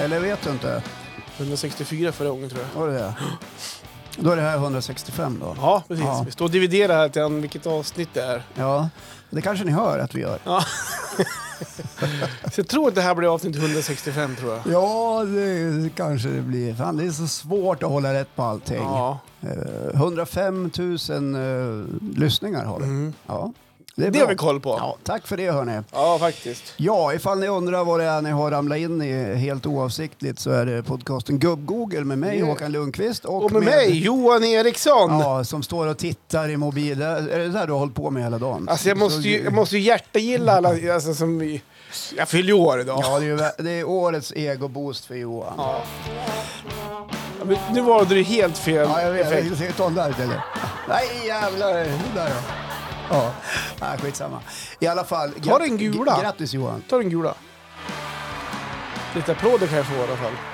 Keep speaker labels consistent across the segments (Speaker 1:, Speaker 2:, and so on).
Speaker 1: Eller vet du inte?
Speaker 2: 164 förra gången tror jag.
Speaker 1: Var det det? Då är det här 165 då.
Speaker 2: Ja, precis.
Speaker 1: Ja.
Speaker 2: Vi står och dividerar här till vilket avsnitt det är.
Speaker 1: Ja, det kanske ni hör att vi gör.
Speaker 2: Ja. Så jag tror att det här blir avsnitt 165 tror jag.
Speaker 1: Ja, det kanske det blir. Fan, det är så svårt att hålla rätt på allting.
Speaker 2: Ja.
Speaker 1: 105 000 lyssningar har vi. Ja,
Speaker 2: det har vi koll på.
Speaker 1: Ja, tack för det hörni.
Speaker 2: Ja, faktiskt.
Speaker 1: Ja, ifall ni undrar vad det är ni har ramlat in i helt oavsiktligt så är det podcasten Gubb-Google med mig, Håkan Lundqvist.
Speaker 2: Och med mig, Johan Eriksson.
Speaker 1: Ja, som står och tittar i mobil. Är det där du har hållit på med hela dagen?
Speaker 2: Alltså jag måste ju hjärtagilla alla alltså, som vi... Jag fyller år idag.
Speaker 1: Ja, det är årets ego-boost för Johan.
Speaker 2: Ja. Ja, men nu var det helt fel.
Speaker 1: Ja, jag vet. Jag ska ta den där eller? Nej, jävlar. Där då. Ja, nej, skitsamma. I alla fall.
Speaker 2: Ta den gula.
Speaker 1: Grattis Johan.
Speaker 2: Ta den gula. Lite applåder kan jag få i alla fall.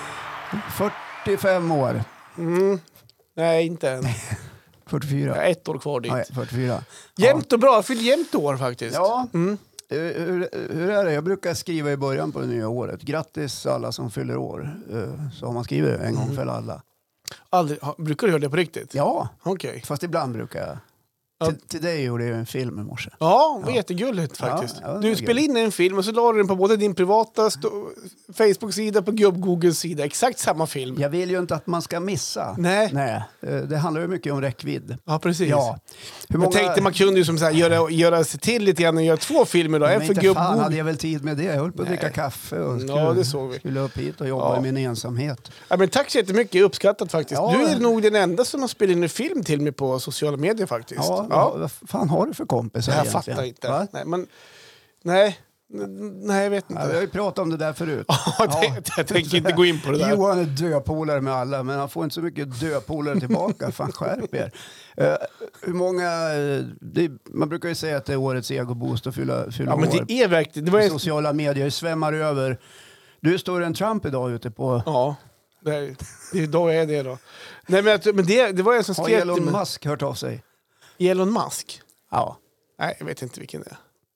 Speaker 1: 45 år.
Speaker 2: Nej, inte än.
Speaker 1: 44.
Speaker 2: Jag har 1 år kvar dit.
Speaker 1: Nej, 44.
Speaker 2: Jämnt och bra. Jag fyllde jämnt år faktiskt.
Speaker 1: Ja. Hur är det? Jag brukar skriva i början på det nya året. Grattis alla som fyller år. Så har man skrivit en gång för alla.
Speaker 2: Aldrig. Brukar du göra det på riktigt?
Speaker 1: Ja.
Speaker 2: Okej.
Speaker 1: Fast ibland brukar jag.
Speaker 2: Ja.
Speaker 1: Till dig gjorde jag en film i morse.
Speaker 2: Ja, det var jättegulligt faktiskt.
Speaker 1: Ja,
Speaker 2: du spelade in en film och så la du den på både din privata Facebook-sida på Gubb-Googles sida. Exakt samma film.
Speaker 1: Jag vill ju inte att man ska missa.
Speaker 2: Nej.
Speaker 1: Det handlar ju mycket om räckvidd.
Speaker 2: Ja, precis.
Speaker 1: Ja.
Speaker 2: Jag tänkte man kunde ju som så här, göra sig till lite grann och göra 2 filmer då. En för
Speaker 1: Gubb-Google. Hade jag väl tid med det? Jag höll på att dricka kaffe och
Speaker 2: det såg vi.
Speaker 1: Skulle upp hit och jobba i min ensamhet.
Speaker 2: Ja, men tack så jättemycket, uppskattat faktiskt.
Speaker 1: Ja.
Speaker 2: Du är nog den enda som har spelat in en film till mig på sociala medier faktiskt.
Speaker 1: Ja. Vad fan har du för kompisar
Speaker 2: jag
Speaker 1: egentligen?
Speaker 2: Fattar inte.
Speaker 1: Va?
Speaker 2: Nej, jag vet inte.
Speaker 1: Ja, vi har ju pratat om det där förut.
Speaker 2: Jag tänker inte gå in på det där.
Speaker 1: Johan är döpolare med alla, men han får inte så mycket döpolare tillbaka. Fan, skärp er. Hur många... man brukar ju säga att det är årets egoboost att fylla
Speaker 2: ja, men
Speaker 1: år.
Speaker 2: Det är verkligen... Det var
Speaker 1: sociala medier svämmar över. Du är större än Trump idag ute på...
Speaker 2: Ja, då är det då. Nej, men det var en som skrev...
Speaker 1: Har Elon Musk hört av sig?
Speaker 2: Elon Musk?
Speaker 1: Ja.
Speaker 2: Nej, jag vet inte vilken det är.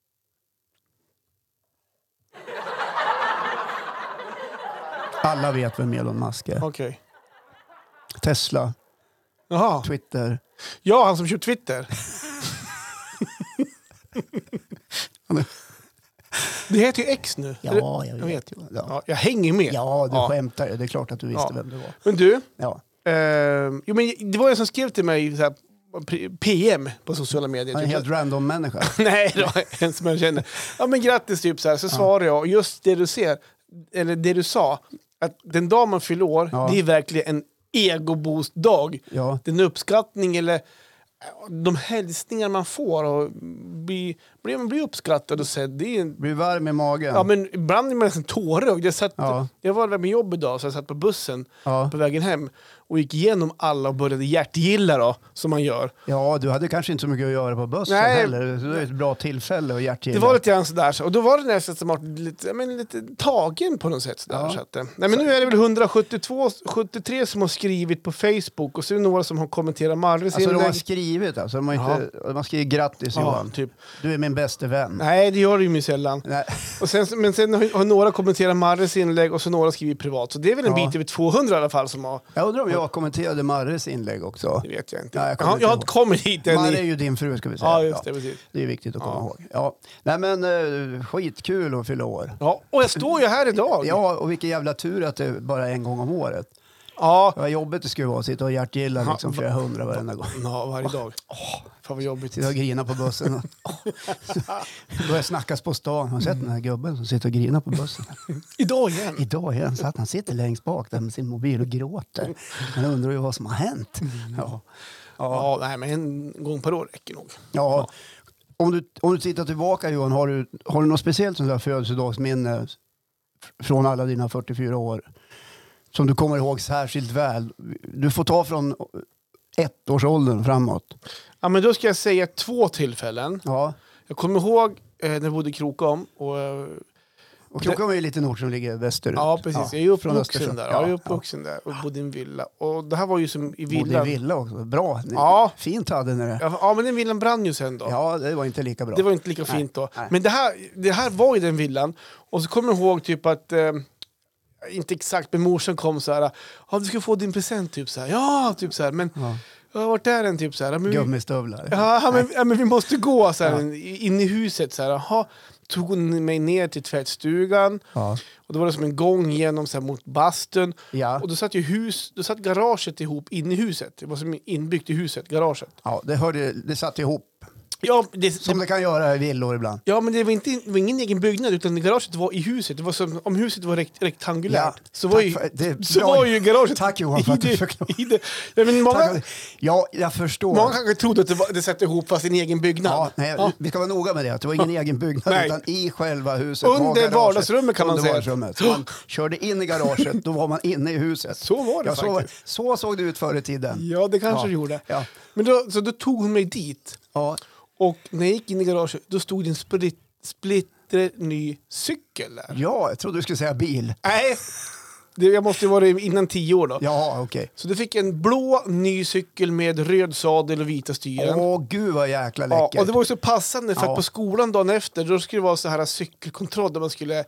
Speaker 1: Alla vet vem Elon Musk är.
Speaker 2: Okej.
Speaker 1: Tesla.
Speaker 2: Jaha.
Speaker 1: Twitter.
Speaker 2: Ja, han som kör Twitter. Det heter ju X nu.
Speaker 1: Ja, jag vet.
Speaker 2: Ja, jag hänger med.
Speaker 1: Ja, du skämtar. Det är klart att du visste vem det var.
Speaker 2: Men du,
Speaker 1: ja.
Speaker 2: Men det var en som skrev till mig så här, PM på sociala medier.
Speaker 1: En helt random människa.
Speaker 2: Nej, då, en som jag känner. Ja, men grattis typ så här. Så svarar jag, just det du ser, eller det du sa, att den dag man fyller år, det är verkligen en egoboost-dag.
Speaker 1: Ja.
Speaker 2: Den uppskattning eller de hälsningar man får och blir uppskattad och sedd.
Speaker 1: Blir varm i magen.
Speaker 2: Ja, men ibland är man nästan tårögd. Jag var där med jobb idag så jag satt på bussen på vägen hem och gick igenom alla och började hjärtgilla då, som man gör.
Speaker 1: Ja, du hade kanske inte så mycket att göra på bussen heller. Det var ett bra tillfälle att hjärtgilla.
Speaker 2: Det var lite grann sådär. Och då var det nästan som att lite tagen på något sätt. Sådär,
Speaker 1: ja.
Speaker 2: så att, nej, men nu är det väl 173 som har skrivit på Facebook och så är det några som har kommenterat Marres
Speaker 1: inlägg. De har skrivit alltså. De har skrivit grattis Johan.
Speaker 2: Typ.
Speaker 1: Du är min bästa vän.
Speaker 2: Nej, det gör du ju mig sällan. Och sen har några kommenterat Marres inlägg och så några skrivit privat. Så det är väl en bit över 200 i alla fall som har...
Speaker 1: Jag undrar om jag kommenterade Marres inlägg också.
Speaker 2: Det vet jag inte.
Speaker 1: Nej,
Speaker 2: jag har inte kommit hit än.
Speaker 1: Marre är ju din fru ska vi säga.
Speaker 2: Ja, just det. Precis.
Speaker 1: Det är viktigt att komma ihåg. Ja. Nej men skitkul att fylla år.
Speaker 2: Ja, och jag står ju här idag.
Speaker 1: Ja, och vilken jävla tur att det är bara en gång om året.
Speaker 2: Ja.
Speaker 1: Vad jobbet det skulle vara att sitta och hjärtgilla liksom flera hundra varenda gång.
Speaker 2: Ja, varje dag. Fan vad jobbigt.
Speaker 1: Sitta och grina på bussen. Börjar snackas på stan. Har sett den här gubben som sitter och grinar på bussen?
Speaker 2: Idag igen.
Speaker 1: Så att han sitter längst bak där med sin mobil och gråter. Man undrar ju vad som har hänt.
Speaker 2: Ja, nej, men en gång per år räcker nog.
Speaker 1: Ja. Om du tittar tillbaka Johan, har du något speciellt sånt där födelsedagsminne från alla dina 44 år som du kommer ihåg särskilt väl? Du får ta från 1-årsåldern framåt.
Speaker 2: Ja, men då ska jag säga 2 tillfällen.
Speaker 1: Ja.
Speaker 2: Jag kommer ihåg när jag bodde i Krokom
Speaker 1: och Krokom är ju lite nord som ligger västerut.
Speaker 2: Ja, precis. Jag är uppvuxen där. Jag är uppvuxen där och bodde i en villa. Och det här var ju som i villan.
Speaker 1: Bodde i villa också. Bra.
Speaker 2: Ja.
Speaker 1: Fint hade ni det.
Speaker 2: Ja, men den villan brann ju sen då.
Speaker 1: Ja, det var inte lika bra.
Speaker 2: Det var inte lika fint då.
Speaker 1: Nej.
Speaker 2: Men det här var ju den villan. Och så kommer jag ihåg typ att inte exakt, men morsan kom så här. Ja, du ska få din present typ så här. Ja, typ så här. Men vart är den typ så här?
Speaker 1: Gummistövlar.
Speaker 2: Men vi måste gå så här, in i huset så här. Jaha, tog hon mig ner till tvättstugan.
Speaker 1: Ja.
Speaker 2: Och då var det som en gång genom så här, mot bastun.
Speaker 1: Ja.
Speaker 2: Och då satt garaget ihop in i huset. Det var som inbyggt i huset, garaget.
Speaker 1: Ja, det satt ihop.
Speaker 2: Ja,
Speaker 1: som det kan göra i villor ibland.
Speaker 2: Ja, men det var ingen egen byggnad, utan garaget var i huset. Det var som om huset var rektangulärt.
Speaker 1: Ja,
Speaker 2: så var ju garaget.
Speaker 1: Tack Johan för att du förklarade.
Speaker 2: Ja, men många,
Speaker 1: jag förstår.
Speaker 2: Många kanske trodde att det satt ihop fast i en egen byggnad.
Speaker 1: Vi ska vara noga med det. Det var ingen egen byggnad, utan i själva huset.
Speaker 2: Under vardagsrummet kan man säga.
Speaker 1: Så man körde in i garaget, då var man inne i huset.
Speaker 2: Så var det faktiskt.
Speaker 1: Så såg det ut förr i tiden.
Speaker 2: Ja, det kanske det gjorde.
Speaker 1: Ja.
Speaker 2: Men då tog hon mig dit.
Speaker 1: Ja.
Speaker 2: Och när jag gick in i garaget, då stod det en splitterny cykel där.
Speaker 1: Ja, jag trodde du skulle säga bil.
Speaker 2: Nej, jag måste ju vara innan 10 år då.
Speaker 1: Ja, okej.
Speaker 2: Så du fick en blå ny cykel med röd sadel och vita styren.
Speaker 1: Åh, gud vad jäkla läckert.
Speaker 2: Ja, och det var ju så passande för att på skolan dagen efter, då skulle det vara så här cykelkontroll där man skulle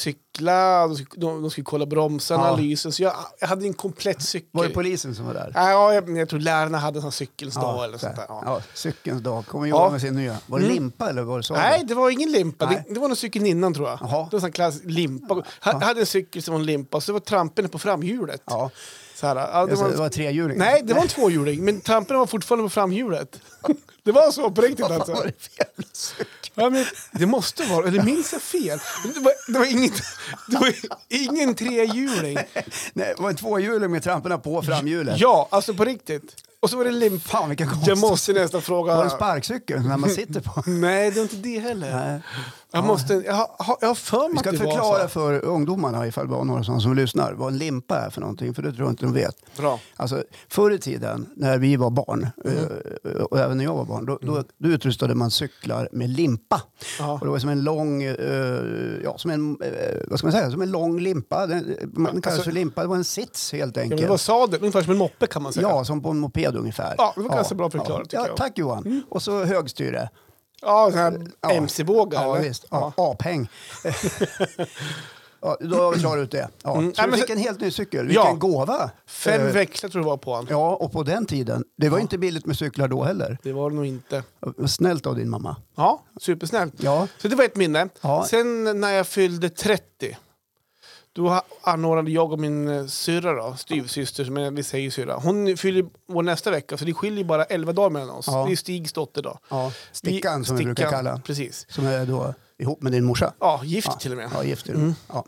Speaker 2: cykla, de skulle kolla bromsarna, lysen. Så jag hade en komplett cykel.
Speaker 1: Var det polisen som var där?
Speaker 2: Ja, jag tror lärarna hade en sån cykelns dag eller sånt där.
Speaker 1: Ja, cykelns dag. Kommer Johan med sin nya. Var det limpa eller var det så?
Speaker 2: Nej, det var ingen limpa. Det var någon cykeln innan tror jag.
Speaker 1: Jaha.
Speaker 2: Det var en sån klass limpa. Jag hade en cykel som var en limpa, så det var trampen på framhjulet.
Speaker 1: Ja.
Speaker 2: Så här,
Speaker 1: det var trehjuling.
Speaker 2: Nej, det var en tvåhjuling, men trampen var fortfarande på framhjulet. Det var så på riktigt alltså.
Speaker 1: Var det fel cykel?
Speaker 2: Ja, men det måste vara, eller minns jag fel? Det var ingen trehjuling.
Speaker 1: Nej, det var en tvåhjuling med tramporna på framhjulet.
Speaker 2: Ja, alltså på riktigt. Och så var det limpa.
Speaker 1: Fan, vilken konstigt.
Speaker 2: Jag måste nästan fråga.
Speaker 1: Var det en sparkcykel när man sitter på?
Speaker 2: Nej, det är inte det heller.
Speaker 1: Nej.
Speaker 2: Jag har för mig.
Speaker 1: Vi ska
Speaker 2: att det
Speaker 1: förklara
Speaker 2: var så.
Speaker 1: för ungdomarna ifall det var några som lyssnar vad en limpa är för någonting, för det tror jag inte de vet.
Speaker 2: Bra.
Speaker 1: Alltså, förr i tiden när vi var barn, och även när jag var barn, då utrustade man cyklar med limpa. Och det var som en lång, vad ska man säga, som en lång limpa. Man kallas för limpa, det var en sits helt enkelt.
Speaker 2: Ja, det var sadel, ungefär som en moppe kan man säga.
Speaker 1: Ja, som på en moped ungefär.
Speaker 2: Ja, det var ganska bra förklarat tycker jag.
Speaker 1: Tack Johan. Och så högstyre.
Speaker 2: Ja, sån här MC-bågar.
Speaker 1: Ja, visst. Ja. Aphäng. Ja, då har vi klarat ut det. Ja. Så du fick en helt ny cykel. Vilken gåva.
Speaker 2: 5 växlar tror jag var på han.
Speaker 1: Ja, och på den tiden. Det var inte billigt med cyklar då heller.
Speaker 2: Det var det nog inte.
Speaker 1: Snällt av din mamma.
Speaker 2: Ja, supersnällt.
Speaker 1: Ja.
Speaker 2: Så det var ett minne.
Speaker 1: Ja.
Speaker 2: Sen när jag fyllde 30, då anordnade jag och min syrra då, styvsyster som vi säger syrra. Hon fyller vår nästa vecka, så det skiljer bara 11 dagar mellan oss.
Speaker 1: Ja.
Speaker 2: Det är Stigs dotter då.
Speaker 1: Ja, Stickan som vi brukar kalla.
Speaker 2: Precis.
Speaker 1: Som är då ihop med din morsa.
Speaker 2: Ja, gift till och med.
Speaker 1: Ja, gift. Ja.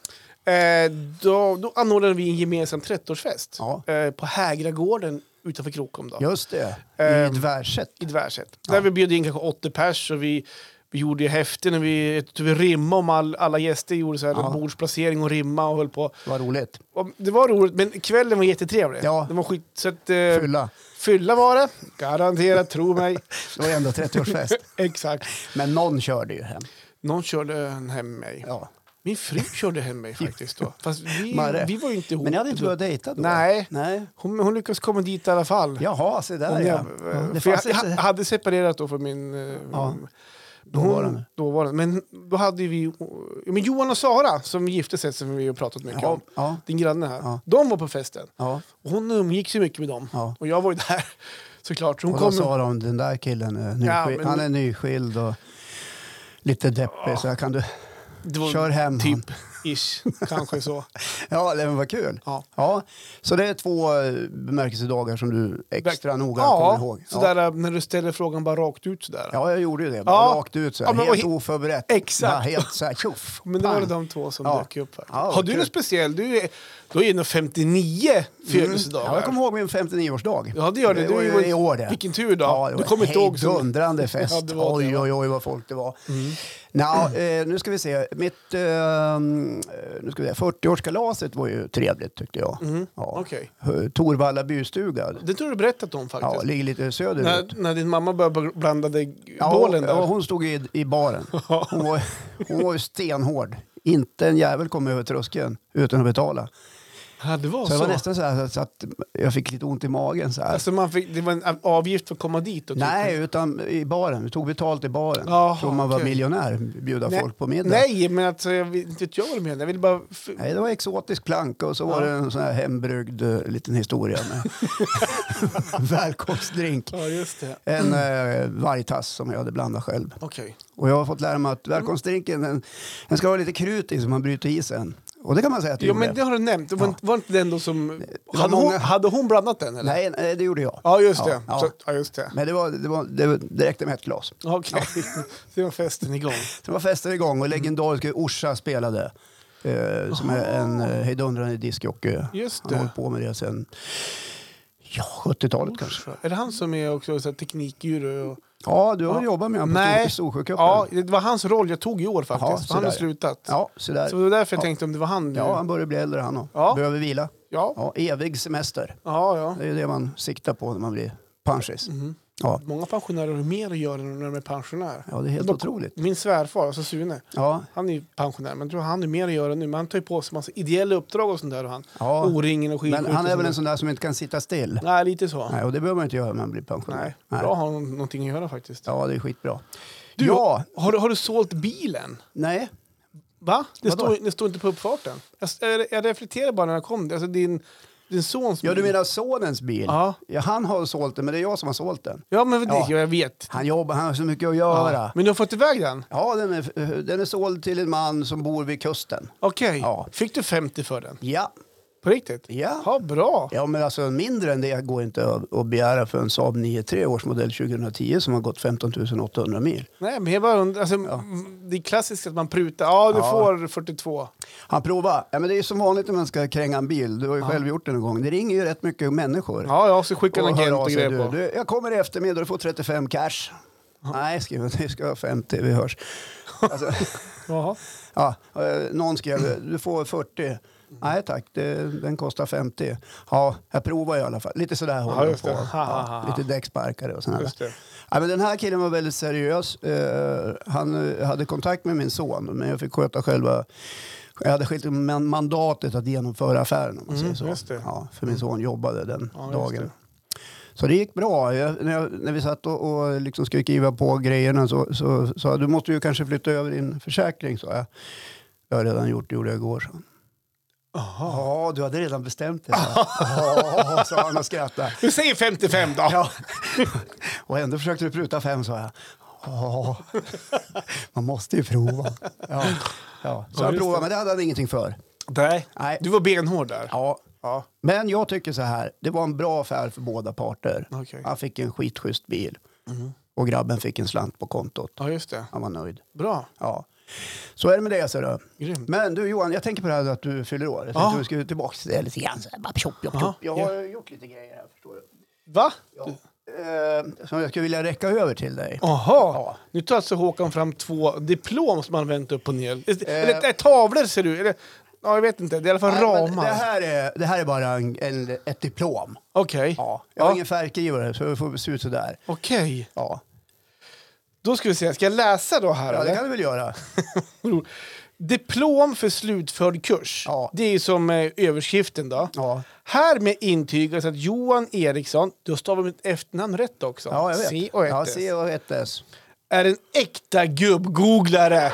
Speaker 2: Då anordnade vi en gemensam 30-årsfest på Hägragården utanför Krokom då.
Speaker 1: Just det, i Dvärset.
Speaker 2: I Dvärset. Där vi bjöd in kanske 80 pers och vi gjorde ju häftigt när vi rimma om alla gäster gjorde så här bordsplacering och rimma och höll på.
Speaker 1: Det var roligt.
Speaker 2: Och det var roligt, men kvällen var jättetrevlig.
Speaker 1: Ja.
Speaker 2: Det var skit så att,
Speaker 1: Fylla
Speaker 2: var det. Garanterat, tro mig.
Speaker 1: Det var ändå 30-årsfest.
Speaker 2: Exakt.
Speaker 1: Men någon körde ju hem.
Speaker 2: Någon körde hem mig.
Speaker 1: Ja.
Speaker 2: Min fru körde hem mig faktiskt då. Fast vi var ju inte ihop.
Speaker 1: Men ni hade inte börjat dejta då?
Speaker 2: Nej.
Speaker 1: Nej.
Speaker 2: Hon lyckades komma dit i alla fall.
Speaker 1: Jaha, så där
Speaker 2: jag hade separerat då för min... Dåvarande. Men då hade vi... Men Johan och Sara som gifte sig, som vi har pratat mycket om. Ja. Din granne här. Ja. De var på festen. Ja. Och hon umgick sig mycket med dem. Ja. Och jag var ju där såklart. Hon
Speaker 1: och då sa de, den där killen han är nyskild och lite deppig. Så kan du... Kör hem
Speaker 2: typ ish, kanske så.
Speaker 1: Ja, det var kul. Ja. Så det är 2 bemärkelsedagar som du extra noga kommer ihåg.
Speaker 2: Så där, när du ställer frågan bara rakt ut sådär.
Speaker 1: Ja, jag gjorde ju det. Bara rakt ut sådär. Helt oförberett.
Speaker 2: Exakt.
Speaker 1: Ja, helt såhär tjoff.
Speaker 2: Men det var det de 2 som dök upp här. Ja, har du något speciellt? Du är nog 59 födelsedagar.
Speaker 1: Ja, jag kommer ihåg min 59-årsdag.
Speaker 2: Ja, det gör det.
Speaker 1: Du är i år det.
Speaker 2: Vilken tur då.
Speaker 1: Ja,
Speaker 2: du kommer inte ihåg
Speaker 1: så. Dundrande fest. Ja, oj, vad folk det var. Nu ska vi se. Mitt 40-årskalaset var ju trevligt tyckte jag.
Speaker 2: Okay.
Speaker 1: Torvalla bystuga.
Speaker 2: Det tror du berättat om faktiskt.
Speaker 1: Ja, ligger lite söderut.
Speaker 2: När din mamma började blanda bålen där.
Speaker 1: Ja, hon stod i baren. Hon var ju stenhård. Inte en jävel kom över tröskeln utan att betala.
Speaker 2: Ja, det var
Speaker 1: så. Det var nästan så här så att jag fick lite ont i magen. Så här.
Speaker 2: Alltså det var en avgift för att komma dit? Och
Speaker 1: Nej, utan i baren. Vi tog betalt i baren. Så man var miljonär, bjuda folk på middag.
Speaker 2: Nej, men alltså, jag vet inte vad jag menar. Jag vill bara...
Speaker 1: Nej, det var exotisk planka och så var det en sån här hembryggd liten historia med välkomstdrink.
Speaker 2: Ja, just det.
Speaker 1: En vargtass som jag hade blandat själv.
Speaker 2: Okay.
Speaker 1: Och jag har fått lära mig att välkomstdrinken den ska vara lite krut i så man bryter i sen. Och det kan man säga att
Speaker 2: men det har du nämnt. Var inte den då som... Hade hon blandat den? Eller?
Speaker 1: Nej, det gjorde jag.
Speaker 2: Ja, just det. Just det.
Speaker 1: Men det räckte med ett glas.
Speaker 2: Okej, det var festen igång.
Speaker 1: Det var festen igång och legendariska Orsa spelade. Som är en hejdundrande diskjockey.
Speaker 2: Just det.
Speaker 1: Han har hållit på med det sen 70-talet kanske.
Speaker 2: Är det han som är också så här, teknikguru?
Speaker 1: Ja, du har jobbat med honom på Storsjöcupen.
Speaker 2: Ja, det var hans roll jag tog i år faktiskt. Han har slutat.
Speaker 1: Ja, så där.
Speaker 2: Så det var därför jag tänkte om det var han.
Speaker 1: Ja, han börjar bli äldre han och behöver vila. Ja, evig semester.
Speaker 2: Ja.
Speaker 1: Det är det man siktar på när man blir pensionist.
Speaker 2: Mm.
Speaker 1: Ja.
Speaker 2: Många pensionärer har mer att göra när de är pensionärer.
Speaker 1: Ja, det är helt otroligt.
Speaker 2: Min svärfar, alltså Sune, han är ju pensionär, men jag tror han är mer att göra nu. Men han tar ju på sig massa ideella uppdrag och sånt där. Och han. O-ringen och skitskytte.
Speaker 1: Men han är väl en sån där som inte kan sitta still?
Speaker 2: Nej, lite så.
Speaker 1: Nej, och det behöver man inte göra när man blir pensionär.
Speaker 2: Nej. Bra att ha någonting att göra faktiskt.
Speaker 1: Ja, det är skitbra.
Speaker 2: Du, har du sålt bilen?
Speaker 1: Nej.
Speaker 2: Va? Det står inte på uppfarten. Jag reflekterar bara när jag kom. Alltså din sons bil.
Speaker 1: Ja, du menar sonens bil?
Speaker 2: Ja,
Speaker 1: han har sålt den, men det är jag som har sålt den.
Speaker 2: Ja, men jag vet.
Speaker 1: Han har så mycket att göra.
Speaker 2: Ja. Men du har fått iväg den?
Speaker 1: Ja, den är såld till en man som bor vid kusten.
Speaker 2: Okej. Ja. Fick du 50 för den?
Speaker 1: Ja.
Speaker 2: På riktigt?
Speaker 1: Ja.
Speaker 2: Bra.
Speaker 1: Ja, men alltså mindre än det går inte att begära för en Saab 9-3 årsmodell 2010 som har gått 15 800 mil.
Speaker 2: Nej, men jag bara det är klassiskt att man prutar. Du får 42.
Speaker 1: Han provar. Ja, men det är som vanligt när man ska kränga en bil. Du har ju själv gjort det någon gång. Det ringer ju rätt mycket människor.
Speaker 2: Ja, så skickar en agent och grejer på.
Speaker 1: Jag kommer i eftermiddag, du får 35 cash. Nej, det ska ha 50, vi hörs. Alltså, någon skrev, du får 40. Nej tack, den kostar 50. Ja, jag provar i alla fall. Lite sådär håller jag på. Lite däcksparkare och sådär. Ja, men den här killen var väldigt seriös. Han hade kontakt med min son, men jag fick sköta själva... Jag hade skilt mandatet att genomföra affären, om man säger så.
Speaker 2: Just det.
Speaker 1: Ja, för min son jobbade den dagen. Så det gick bra. När vi satt och liksom skulle skriva på grejerna så sa du måste ju kanske flytta över din försäkring, så jag har redan gjort det, gjorde jag igår. Så. Ja, du hade redan bestämt det. Ja, sa han och skrattade.
Speaker 2: Du säger 55 då.
Speaker 1: Ja. Och ändå försökte du pruta 5, sa jag. Ja, man måste ju prova. Ja. Så han provade, men det hade han ingenting för.
Speaker 2: Nej. Du var benhård där.
Speaker 1: Ja. Men jag tycker så här, det var en bra affär för båda parter.
Speaker 2: Okay.
Speaker 1: Han fick en skitschysst bil. Och grabben fick en slant på kontot.
Speaker 2: Ja, just det.
Speaker 1: Han var nöjd.
Speaker 2: Bra.
Speaker 1: Ja. Så är det med det, så då.
Speaker 2: Grymt.
Speaker 1: Men du Johan, jag tänker på det här att du fyller år. Jag tänkte att du skulle tillbaka till det lite grann. Jag har gjort lite grejer här, förstår du.
Speaker 2: Va?
Speaker 1: Ja. Som jag skulle vilja räcka över till dig.
Speaker 2: Jaha. Nu tar alltså Håkan fram 2 diplom som man vänt upp och ner. Eller tavlor ser du. Eller, jag vet inte. Det är i alla fall ramar.
Speaker 1: Det här är bara ett diplom.
Speaker 2: Okej.
Speaker 1: Ja. Jag har ingen färgskrivare, så det får se ut sådär.
Speaker 2: Okej.
Speaker 1: Ja.
Speaker 2: Då ska vi se. Ska jag läsa då här?
Speaker 1: Ja, det kan du väl göra.
Speaker 2: Diplom för slutförd kurs. Ja. Det är som överskriften då.
Speaker 1: Ja.
Speaker 2: Här med intygas att Johan Eriksson, du stavar mitt efternamn rätt också.
Speaker 1: Ja, jag vet.
Speaker 2: C och 1S.
Speaker 1: C och 1S.
Speaker 2: Är en äkta gubbgooglare.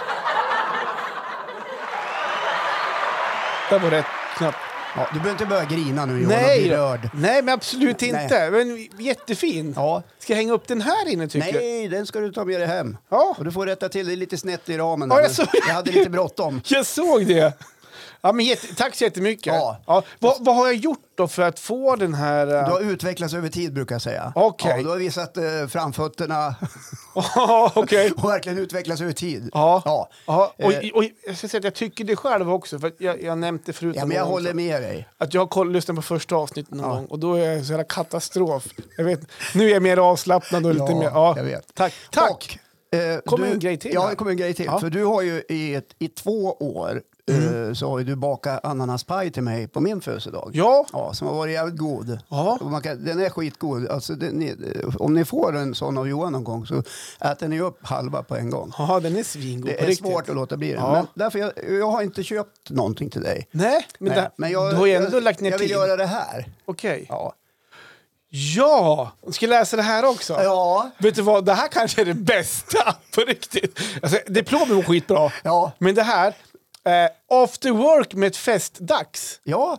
Speaker 2: Det var rätt knapp.
Speaker 1: Ja, du behöver inte börja grina nu, Johan, och bli rörd.
Speaker 2: Nej, men absolut inte. Men jättefin.
Speaker 1: Ja.
Speaker 2: Ska jag hänga upp den här inne, tycker du?
Speaker 1: Nej, den ska du ta med dig hem.
Speaker 2: Ja.
Speaker 1: Och du får rätta till det lite snett i ramen.
Speaker 2: Ja,
Speaker 1: jag hade lite bråttom.
Speaker 2: Jag såg det. Ja, men tack så jättemycket. Ja. Vad har jag gjort då för att få den här...
Speaker 1: Du har utvecklats över tid, brukar jag säga.
Speaker 2: Okej.
Speaker 1: Ja, du har visat framfötterna.
Speaker 2: Okej.
Speaker 1: Och verkligen utvecklats över tid.
Speaker 2: Ja. Och jag ska säga att jag tycker det själv också. För jag nämnde det förut.
Speaker 1: Ja, men jag håller med dig.
Speaker 2: Att jag har lyssnat på första avsnittet någon gång. Och då är jag så jävla katastrof. Jag vet, nu är jag mer avslappnad och lite mer... Ja,
Speaker 1: jag vet.
Speaker 2: Tack.
Speaker 1: Och
Speaker 2: Kommer en grej till?
Speaker 1: Ja, det kommer en grej till.
Speaker 2: Ja.
Speaker 1: För du har ju i 2 år så har ju du bakat ananaspaj till mig på min födelsedag.
Speaker 2: Ja.
Speaker 1: Ja, som har varit jävligt god.
Speaker 2: Ja.
Speaker 1: Och den är skitgod. Alltså, om ni får en sån av Johan någon gång så äter ni upp halva på en gång.
Speaker 2: Ja, den är svingod
Speaker 1: Det
Speaker 2: på
Speaker 1: är
Speaker 2: riktigt.
Speaker 1: svårt att låta bli den.
Speaker 2: Ja.
Speaker 1: Men därför jag har inte köpt någonting till dig.
Speaker 2: Nej, men
Speaker 1: Men
Speaker 2: du har ju ändå lagt ner
Speaker 1: jag vill
Speaker 2: tid.
Speaker 1: göra det här.
Speaker 2: Okej.
Speaker 1: Ja.
Speaker 2: Ja, jag ska läsa det här också.
Speaker 1: Ja.
Speaker 2: Vet du vad, det här kanske är det bästa på riktigt. Alltså, diplomen var skitbra.
Speaker 1: Ja.
Speaker 2: Men det här, after work med ett festdags.
Speaker 1: Ja.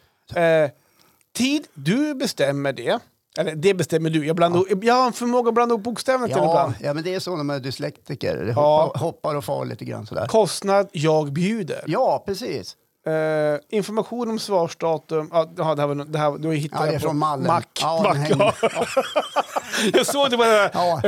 Speaker 2: Tid, du bestämmer det. Eller det bestämmer du. Jag har en förmåga att blanda upp bokstäverna till ibland.
Speaker 1: Ja, men det är så när man är dyslektiker. Det
Speaker 2: Ja.
Speaker 1: hoppar och far lite grann sådär.
Speaker 2: Kostnad, jag bjuder.
Speaker 1: Ja, precis.
Speaker 2: Information om svarsdatum. Ja, det här du har hittat
Speaker 1: Ja, det är från Mallen.
Speaker 2: Mac.
Speaker 1: Ja,
Speaker 2: Mac,
Speaker 1: den hänger-
Speaker 2: ja. Jag såg det bara.
Speaker 1: Ja.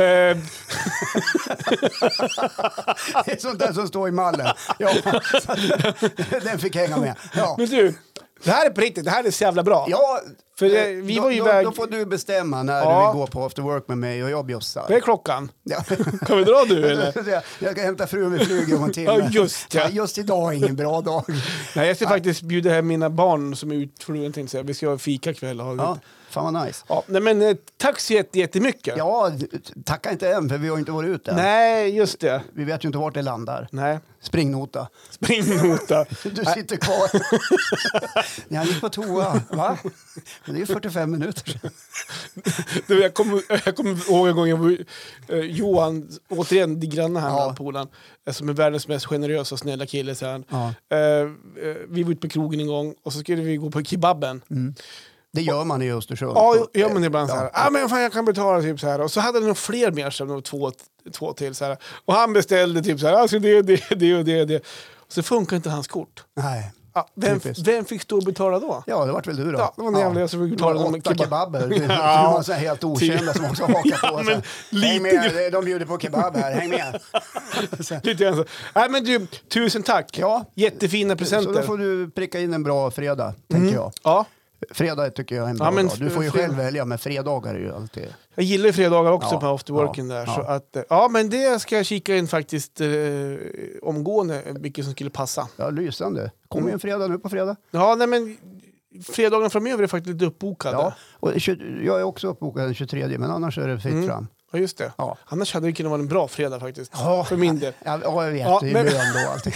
Speaker 1: Det är sånt där som står i mallen. Ja. Den fick hänga med. Ja.
Speaker 2: Men du, det här är på riktigt. Det här är så jävla bra.
Speaker 1: Ja,
Speaker 2: För vi var ju iväg...
Speaker 1: då får du bestämma när
Speaker 2: Ja.
Speaker 1: du vill gå på after work med mig och jag bjussar.
Speaker 2: Vad är klockan?
Speaker 1: Ja.
Speaker 2: Kan vi dra du eller?
Speaker 1: Jag kan hämta frun med flyg om en timme.
Speaker 2: Ja, just det.
Speaker 1: Ja, just idag är ingen bra dag.
Speaker 2: Nej, jag ska faktiskt bjuda hem mina barn som är utflugna. Tänkte säga. Vi ska ha fika kväll. Och
Speaker 1: Ja, fan vad nice.
Speaker 2: ja, nej, men tack så jättemycket.
Speaker 1: Ja, tacka inte än för vi har inte varit ute.
Speaker 2: Nej, just det.
Speaker 1: Vi vet ju inte vart det landar.
Speaker 2: Nej.
Speaker 1: Springnota.
Speaker 2: Springnota.
Speaker 1: Du sitter kvar. Jag gick på toa. Va? Men det är 45 minuter sedan.
Speaker 2: Du, jag kommer ihåg en gång jag var, Johan, återigen de granna här,
Speaker 1: Ja.
Speaker 2: polaren, som är världens mest generösa och snälla kille. Så här.
Speaker 1: Ja.
Speaker 2: Vi var ute på krogen en gång och så skulle vi gå på kebaben.
Speaker 1: Det gör man i Östersund.
Speaker 2: Ja, gör man ibland så här.
Speaker 1: Ja.
Speaker 2: Men fan, jag kan betala typ så här. Och så hade det nog fler mer, så nog två till så här. Och han beställde typ så här, alltså det. Och så funkar inte hans kort.
Speaker 1: Nej.
Speaker 2: Ja, vem fick stå och betala då?
Speaker 1: Ja, det vart väl du då.
Speaker 2: Ja, det var en jävla jag som fick betala dem med
Speaker 1: 8 kebaber. Det
Speaker 2: Ja.
Speaker 1: var så här helt okända som också hakar på.
Speaker 2: Ja, men
Speaker 1: Häng
Speaker 2: lite-
Speaker 1: med, de bjuder på kebab här, häng med.
Speaker 2: Lite grann så. Nej men du, tusen tack.
Speaker 1: Ja.
Speaker 2: Jättefina
Speaker 1: Så
Speaker 2: presenter.
Speaker 1: då får du pricka in en bra fredag, tänker jag.
Speaker 2: Ja,
Speaker 1: Fredag tycker jag är en bra
Speaker 2: Ja, men
Speaker 1: dag. Du får ju
Speaker 2: fredag-
Speaker 1: själv välja, men fredagar är ju alltid...
Speaker 2: jag gillar ju fredagar också
Speaker 1: Ja,
Speaker 2: på afterworken
Speaker 1: ja,
Speaker 2: där.
Speaker 1: ja.
Speaker 2: Så att, ja, men det ska jag kika in faktiskt omgående, vilket som skulle passa.
Speaker 1: Ja, lysande. Kommer ju en fredag nu på fredag.
Speaker 2: Ja, nej men fredagen framöver är faktiskt lite uppbokade.
Speaker 1: Ja, och jag är också uppbokad den 23, men annars är det fritt fram.
Speaker 2: Ja, just det.
Speaker 1: Ja.
Speaker 2: Annars hade det kunnat vara en bra fredag faktiskt.
Speaker 1: Ja.
Speaker 2: För min del.
Speaker 1: Ja, jag vet.
Speaker 2: Ja,
Speaker 1: det är
Speaker 2: men-
Speaker 1: lön då alltid.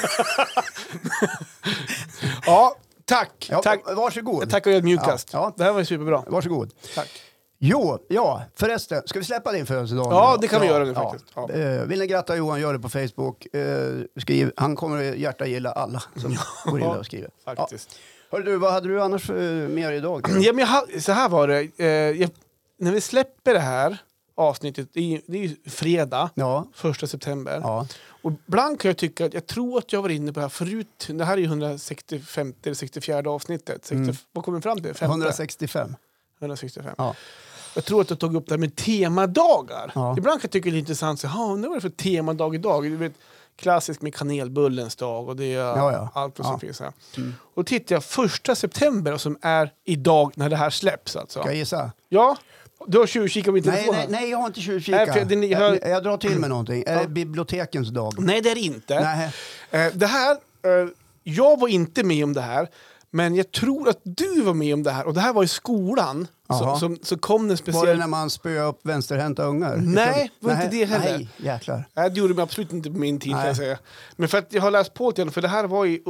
Speaker 2: Ja, tack.
Speaker 1: Ja,
Speaker 2: Tack.
Speaker 1: varsågod.
Speaker 2: Jag tackar ödmjukast.
Speaker 1: Ja, ja.
Speaker 2: Det här var ju superbra.
Speaker 1: Varsågod.
Speaker 2: Tack.
Speaker 1: Jo, ja, förresten. Ska vi släppa din födelsedag?
Speaker 2: Ja,
Speaker 1: nu?
Speaker 2: det kan vi göra nu faktiskt. Ja.
Speaker 1: Vill ni gratta Johan, gör det på Facebook. Skriv. Han kommer hjärta gilla alla som går in där och skriver.
Speaker 2: Faktiskt.
Speaker 1: Ja. Hörru du, vad hade du annars mer idag?
Speaker 2: Ja, men så här var det. När vi släpper det här avsnittet, det är ju fredag,
Speaker 1: Ja.
Speaker 2: 1 september.
Speaker 1: Ja.
Speaker 2: Och ibland kan jag tycka att jag tror att jag var inne på det här förut. Det här är ju 165 eller 64 avsnittet. Vad kommer vi fram till?
Speaker 1: 165.
Speaker 2: 165.
Speaker 1: Ja.
Speaker 2: Jag tror att jag tog upp det här med temadagar.
Speaker 1: Ja.
Speaker 2: Ibland kan jag tycka det är intressant. Nu var det för temadag idag. Du vet, klassiskt med kanelbullens dag och det är
Speaker 1: Ja.
Speaker 2: allt som
Speaker 1: Ja.
Speaker 2: finns här. Och tittar jag 1 september som är idag när det här släpps alltså.
Speaker 1: Ska jag gissa?
Speaker 2: Ja, du har tjuvkikat på min telefon här.
Speaker 1: Nej, jag har inte tjuvkikat.
Speaker 2: Nej, för
Speaker 1: Jag drar till med någonting. Är det bibliotekens dag?
Speaker 2: Nej, det är det inte.
Speaker 1: Nej.
Speaker 2: Det här, jag var inte med om det här. Men jag tror att du var med om det här. Och det här var i skolan. Så kom det en speciell...
Speaker 1: Var det när man spöade upp vänsterhänta ungar?
Speaker 2: Nej, det var inte det heller.
Speaker 1: Nej, jäklar.
Speaker 2: Nej, det gjorde mig absolut inte på min tid, kan
Speaker 1: Nej.
Speaker 2: jag säga. Men för att jag har läst på det, för det här var ju...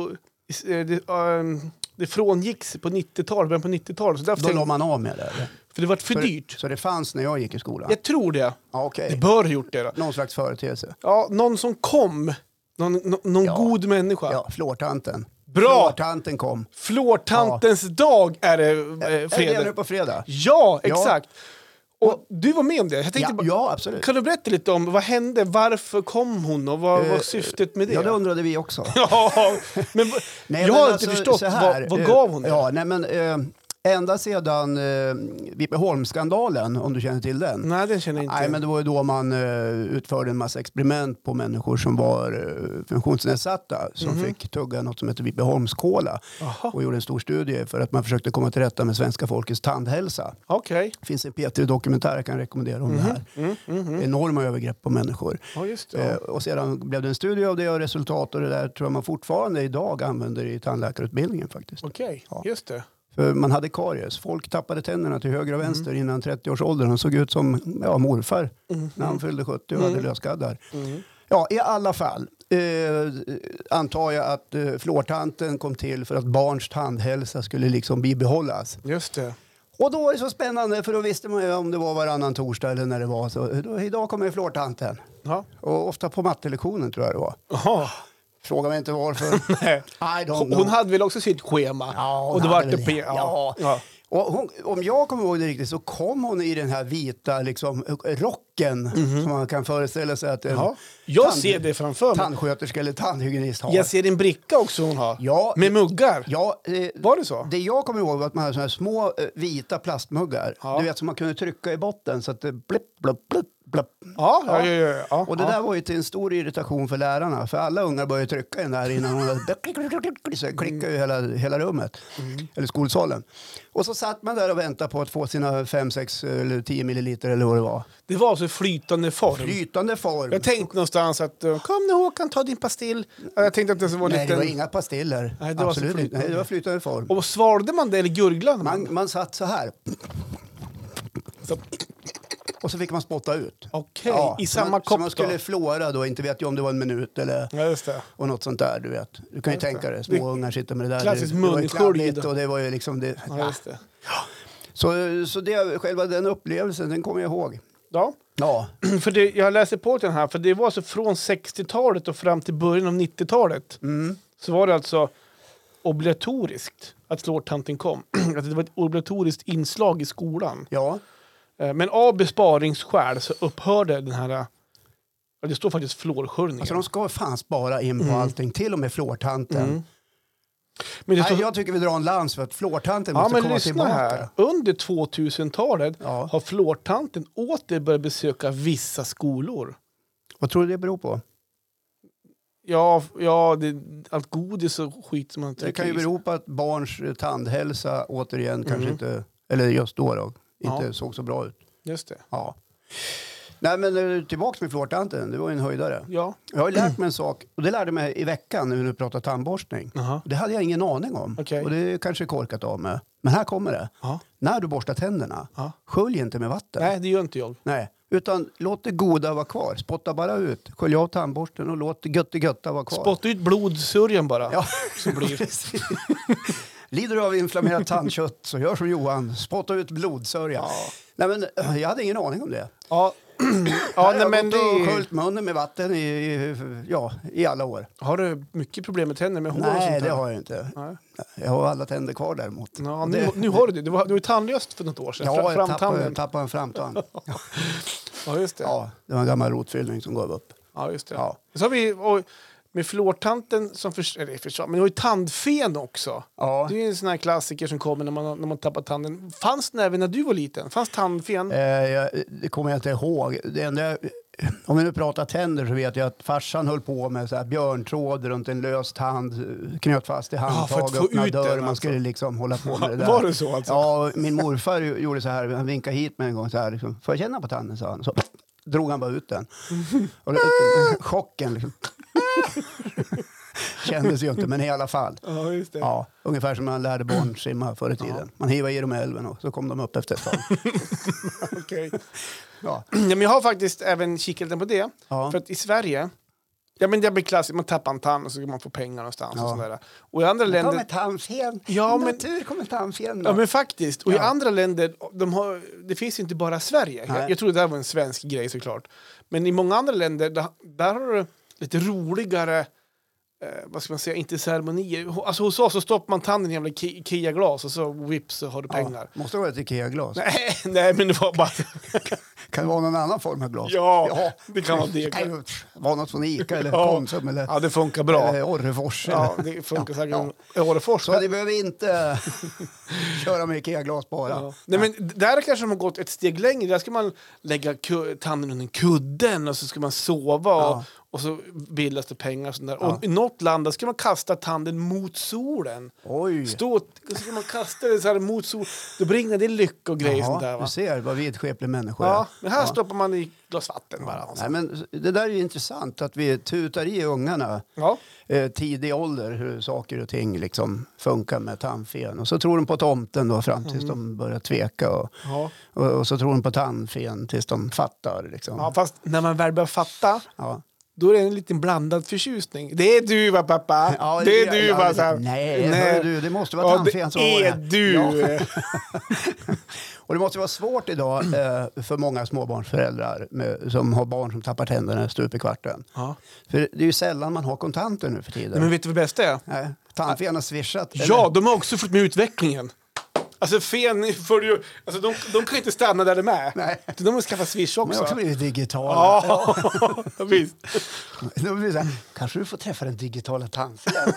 Speaker 2: Det frångicks på 90-talet, början på 90-talet. Så därför
Speaker 1: Då la man av med det? Eller?
Speaker 2: för det var för dyrt.
Speaker 1: Så det fanns när jag gick i skolan?
Speaker 2: Jag tror det.
Speaker 1: Ja,
Speaker 2: Det
Speaker 1: okej.
Speaker 2: bör ha gjort det då.
Speaker 1: Någon slags företeelse?
Speaker 2: Ja, någon som kom. Någon
Speaker 1: Ja.
Speaker 2: god människa.
Speaker 1: Ja, flårtanten.
Speaker 2: Bra!
Speaker 1: Flårtanten kom.
Speaker 2: Flårtantens dag är det
Speaker 1: Är
Speaker 2: fredag.
Speaker 1: det nu på fredag?
Speaker 2: Ja, exakt. Och du var med om det. Jag tänkte bara,
Speaker 1: Ja, absolut.
Speaker 2: kan du berätta lite om vad hände? Varför kom hon? Och vad var syftet med det?
Speaker 1: Ja, det undrade vi också.
Speaker 2: Ja, men
Speaker 1: Nej,
Speaker 2: jag
Speaker 1: men
Speaker 2: har
Speaker 1: alltså,
Speaker 2: inte förstått.
Speaker 1: så här,
Speaker 2: Vad gav hon det?
Speaker 1: Ja, nej, men, Ända sedan Vipeholmsskandalen, om du känner till den.
Speaker 2: Nej, den känner jag inte.
Speaker 1: Nej, men det var ju då man utförde en massa experiment på människor som var funktionsnedsatta. Som fick tugga något som heter Vipeholmskola. Och gjorde en stor studie för att man försökte komma till rätta med svenska folkets tandhälsa.
Speaker 2: Okej.
Speaker 1: Det finns en P3-dokumentär jag kan rekommendera om det här. Enorma övergrepp på människor.
Speaker 2: Ja, just det.
Speaker 1: Och sedan blev det en studie av det och resultat. Och det där tror jag man fortfarande idag använder i tandläkarutbildningen faktiskt.
Speaker 2: Okej, just det.
Speaker 1: För man hade karies. Folk tappade tänderna till höger och vänster innan 30-årsåldern. De såg ut som morfar när han fyllde 70 och hade lösgaddar. Ja, i alla fall antar jag att fluortanten kom till för att barns tandhälsa skulle liksom bibehållas.
Speaker 2: Just det.
Speaker 1: Och då var det så spännande, för då visste man ju om det var varannan torsdag eller när det var. Så idag kommer fluortanten.
Speaker 2: Ja.
Speaker 1: Och ofta på mattelektionen tror jag det var.
Speaker 2: Jaha.
Speaker 1: Fråga mig inte varför.
Speaker 2: Nej. Hon hade väl också sitt schema.
Speaker 1: Ja,
Speaker 2: och det var det.
Speaker 1: Ja. Och hon, om jag kommer ihåg det riktigt så kom hon i den här vita liksom, rocken som man kan föreställa sig att en
Speaker 2: jag ser det framför mig.
Speaker 1: Tandsköterska eller tandhygienist har.
Speaker 2: Jag ser en bricka också hon har.
Speaker 1: Ja,
Speaker 2: med muggar.
Speaker 1: Ja,
Speaker 2: var det så?
Speaker 1: Det jag kommer ihåg var att man hade såna här små vita plastmuggar. Du vet som man kunde trycka i botten så att det blipp, blipp, blipp. Ja. Och det där var ju till en stor irritation för lärarna. För alla ungar började trycka i den där innan hon hade klickade ju hela rummet. Eller skolsalen. Och så satt man där och väntade på att få sina 5, 6 eller 10 milliliter eller vad det var.
Speaker 2: Det var alltså flytande form.
Speaker 1: Flytande form.
Speaker 2: Jag tänkte någonstans att kom nu Håkan, ta din pastill. Jag tänkte att det var
Speaker 1: Nej, det var inga pastiller.
Speaker 2: Nej, det
Speaker 1: absolut
Speaker 2: var
Speaker 1: inte. Nej, det var flytande form.
Speaker 2: Och svalde man det eller gurglade man?
Speaker 1: Man satt så här.
Speaker 2: Så.
Speaker 1: Och så fick man spotta ut.
Speaker 2: Okej, i samma kopp
Speaker 1: så man skulle flåra då, inte vet jag om det var en minut eller
Speaker 2: just det.
Speaker 1: Och något sånt där, du vet. Du kan ju tänka dig, små ungar sitter med det där.
Speaker 2: Klassiskt
Speaker 1: munskölj. Och det var ju liksom det.
Speaker 2: Ja, just det.
Speaker 1: Så det, själva den upplevelsen, den kommer jag ihåg.
Speaker 2: Ja. För det, jag läser på den här, för det var alltså från 60-talet och fram till början av 90-talet. Så var det alltså obligatoriskt att fluortanten kom. Att det var ett obligatoriskt inslag i skolan.
Speaker 1: Ja.
Speaker 2: Men av besparingsskäl så upphörde den här... Det står faktiskt fluorsköljningen.
Speaker 1: Alltså de ska fan spara in på allting, till och med fluortanten.
Speaker 2: Men det
Speaker 1: jag tycker vi drar en lans för att fluortanten måste komma tillbaka. Här.
Speaker 2: Under 2000-talet har fluortanten åter börjat besöka vissa skolor.
Speaker 1: Vad tror du det beror på?
Speaker 2: Ja, allt godis och skit som man
Speaker 1: det kan ju bero på att barns tandhälsa återigen kanske inte, eller just då inte såg så bra ut.
Speaker 2: Just det.
Speaker 1: Ja. Nej, men tillbaka med fluortanten, det var en höjdare.
Speaker 2: Ja.
Speaker 1: Jag har lärt mig en sak, och det lärde mig i veckan när vi pratade tandborstning. Det hade jag ingen aning om.
Speaker 2: Okay.
Speaker 1: Och det är kanske korkat av mig. Men här kommer det. När du borstar tänderna, skölj inte med vatten.
Speaker 2: Nej, det gör inte jag.
Speaker 1: Nej, utan låt det goda vara kvar. Spotta bara ut. Skölj av tandborsten och låt det götta vara kvar.
Speaker 2: Spotta ut blodsörjan bara.
Speaker 1: Ja,
Speaker 2: så blir.
Speaker 1: Lider du av inflammerat tandkött så gör som Johan. Spotta ut blodsörja. Nej, men jag hade ingen aning om det.
Speaker 2: Ja.
Speaker 1: Jag har sköljt munnen med vatten i alla år.
Speaker 2: Har du mycket problem med tänder med hår?
Speaker 1: Nej, det har jag inte. Nej. Jag har alla tänder kvar däremot.
Speaker 2: Ja, nu har du det. Du var tandlöst för något år sedan.
Speaker 1: Ja, jag tappade en framtand.
Speaker 2: Ja, just det.
Speaker 1: Ja, det var en gammal rotfyllning som gav upp.
Speaker 2: Ja, just det. Ja. Så har vi med fluortanten som men det var ju tandfen också. Ja. Det är en sån här klassiker som kommer när man tappar tanden. Fanns det även när du var liten? Fanns tandfen?
Speaker 1: Det kommer jag inte ihåg. Det enda, om vi nu pratar tänder så vet jag att farsan höll på med så här björntråd runt en lös tand, knöt fast i handtag, öppna dörr. Man skulle liksom hålla på med det där.
Speaker 2: Var det så alltså?
Speaker 1: Ja, min morfar gjorde så här. Han vinkade hit med en gång så här. Liksom, får jag känna på tanden, sa han. Så drog han bara ut den. Och chocken liksom. Kändes ju inte, men i alla fall.
Speaker 2: Ja, just det.
Speaker 1: Ja, ungefär som man lärde barn simma förr i tiden. Man hivade i dem i älven och så kom de upp efter ett tag.
Speaker 2: Okej. Ja. Men jag har faktiskt även kikat på det. Ja. För att i Sverige, det blir klassiskt, man tappar en tand och så kan man få pengar någonstans. Ja. Och sådär. Och i andra länder...
Speaker 1: kommer tandfen. Natur kommer tandfen.
Speaker 2: Ja, men faktiskt. Och i andra länder, det finns ju inte bara Sverige. Jag tror det här var en svensk grej såklart. Men i många andra länder, där har du lite roligare... vad ska man säga, inte ceremonier. Alltså hos oss så stoppar man tanden i en jävla Ikea-glas och så whips så har du pengar.
Speaker 1: Måste det vara ett Ikea-glas?
Speaker 2: Nej, men det var bara...
Speaker 1: Kan det vara någon annan form av glas?
Speaker 2: Ja, det kan vara det.
Speaker 1: Det kan ju vara något från Ica eller Konsum. Eller,
Speaker 2: ja, det funkar bra.
Speaker 1: Eller Orrefors.
Speaker 2: Ja, det funkar säkert. Orrefors.
Speaker 1: Så det behöver inte köra med Ikea-glas bara.
Speaker 2: Ja. Nej, men där kanske de har gått ett steg längre. Där ska man lägga tanden under kudden och så ska man sova och så bildas det pengar och sånt där. Och i något land där ska man kasta tanden mot solen.
Speaker 1: Oj.
Speaker 2: Så ska man kasta det så här mot solen. Då bringar det lycka och grejer sånt där. Va?
Speaker 1: Du ser vad vidskeplig människa
Speaker 2: Ja, men här stoppar man i glas vatten bara.
Speaker 1: Nej, men det där är ju intressant att vi tutar i ungarna tidig ålder hur saker och ting liksom funkar med tandfen. Och så tror de på tomten då fram tills de börjar tveka och så tror de på tandfen tills de fattar. Liksom.
Speaker 2: Ja, fast när man väl börjar fatta då är det en liten blandad förtjusning. Det är du va pappa?
Speaker 1: Ja,
Speaker 2: det är du va?
Speaker 1: Nej. Du, det måste vara tandfen som
Speaker 2: det är du! Ja.
Speaker 1: Och det måste vara svårt idag för många småbarnsföräldrar som har barn som tappar tänderna stup i kvarten. Ja. För det är ju sällan man har kontanter nu för tiden.
Speaker 2: Men vet du vad det bästa är?
Speaker 1: Nej, tandfen har swishat.
Speaker 2: Ja, de har också fått med utvecklingen. Alltså fen för ju, alltså de kan inte stanna där de är.
Speaker 1: Nej.
Speaker 2: De måste skaffa Swish också.
Speaker 1: De har också blivit digitala.
Speaker 2: Ja, visst.
Speaker 1: De blir så här, kanske du får träffa den digitala tandfen.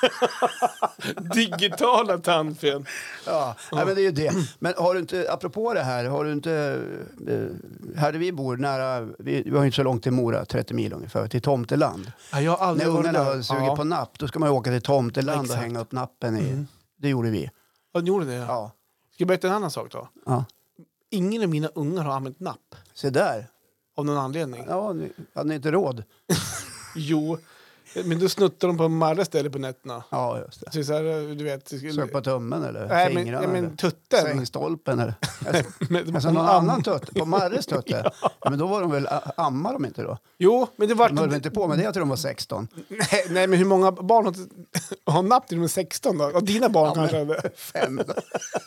Speaker 2: Digitala tandfen.
Speaker 1: Ja, nej, men det är ju det. Men har du inte, apropå det här, har du inte, här där vi bor nära, vi har inte så långt till Mora, 30 mil ungefär, till Tomteland.
Speaker 2: Ja, jag har aldrig
Speaker 1: när ungarna har sugit på napp, då ska man ju åka till Tomteland och hänga upp nappen i. Det gjorde vi.
Speaker 2: Ja, ni gjorde det?
Speaker 1: Ja.
Speaker 2: Ska jag berätta en annan sak då?
Speaker 1: Ja.
Speaker 2: Ingen av mina ungar har använt napp.
Speaker 1: Se där.
Speaker 2: Av någon anledning.
Speaker 1: Ja, hade ni inte råd?
Speaker 2: Jo, men då snuttar de på Marre ställe på nätterna.
Speaker 1: Ja, just det.
Speaker 2: Så här, du vet.
Speaker 1: Sök på tummen eller
Speaker 2: nej,
Speaker 1: fingrarna?
Speaker 2: Men tutten.
Speaker 1: Sängstolpen eller?
Speaker 2: men,
Speaker 1: alltså någon annan tutte? På Marres tutte? Ja, men då var de väl, ammar de inte då?
Speaker 2: Jo, men det var...
Speaker 1: De höll inte på med det, jag tror de var 16.
Speaker 2: nej, men hur många barn har napp till de är 16 då? Och dina barn kanske hade?
Speaker 1: 5 då.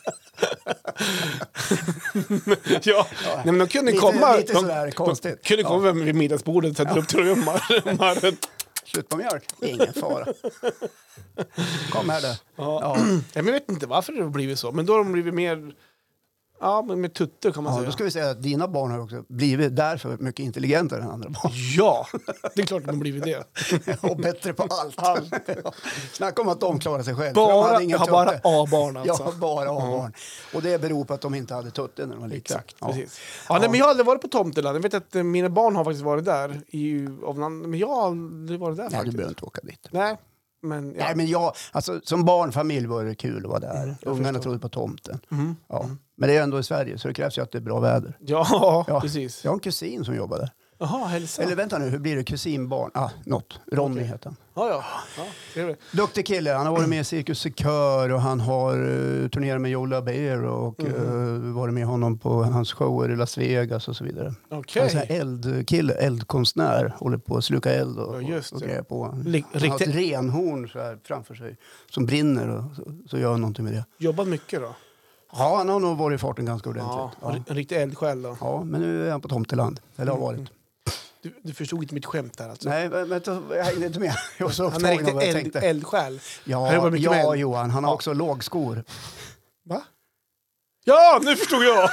Speaker 2: Nej, men de kunde komma...
Speaker 1: Lite sådär konstigt.
Speaker 2: De kunde komma vid middagsbordet och sätta upp trömmar.
Speaker 1: Slut på mjölk? Ingen fara. Kom här då.
Speaker 2: Ja. Jag vet inte varför det har blivit så. Men då har de blivit mer... Ja, men med tutter kan man säga.
Speaker 1: Då ska vi säga att dina barn har också blivit därför mycket intelligentare än andra barn.
Speaker 2: Ja, det är klart att de har blivit det.
Speaker 1: Och bättre på allt. Snacka om att de klarar sig själv.
Speaker 2: Bara A-barn alltså.
Speaker 1: Ja, bara A-barn. Och det beror på att de inte hade tutten när de var liten.
Speaker 2: Exakt, precis. Ja, nej, men jag har aldrig varit på Tomteland. Jag vet att mina barn har faktiskt varit där. Men jag har aldrig varit där faktiskt.
Speaker 1: Nej, du behöver inte åka dit.
Speaker 2: Nej. Men,
Speaker 1: nej, men alltså, som barnfamilj var det kul att vara där. Ungarna trodde på tomten. Men det är ändå i Sverige så det krävs ju att det är bra väder.
Speaker 2: Ja, precis.
Speaker 1: Jag har en kusin som jobbar där.
Speaker 2: Jaha, hälsa.
Speaker 1: Eller vänta nu, hur blir det? Kusinbarn? Något. Ronny heter han.
Speaker 2: Ja.
Speaker 1: Duktig kille. Han har varit med i Cirkus Sekör och han har turnerat med Joe LaBear och varit med honom på hans shower i Las Vegas och så vidare.
Speaker 2: Okay.
Speaker 1: Han är eldkille, eldkonstnär. Håller på att sluka eld och grejer på. Han har ett renhorn så här framför sig som brinner och så gör han någonting med det.
Speaker 2: Jobbat mycket då?
Speaker 1: Ja, han har nog varit i farten ganska ordentligt.
Speaker 2: Ja. En riktig eldsjäl då?
Speaker 1: Ja, men nu är han på Tomteland. Eller har varit.
Speaker 2: Du förstod inte mitt skämt där alltså?
Speaker 1: Nej, men jag hängde inte med. Jag så
Speaker 2: han är riktigt eldsjäl.
Speaker 1: Ja, Johan. Han har också lågskor.
Speaker 2: Va? Ja, nu förstod jag!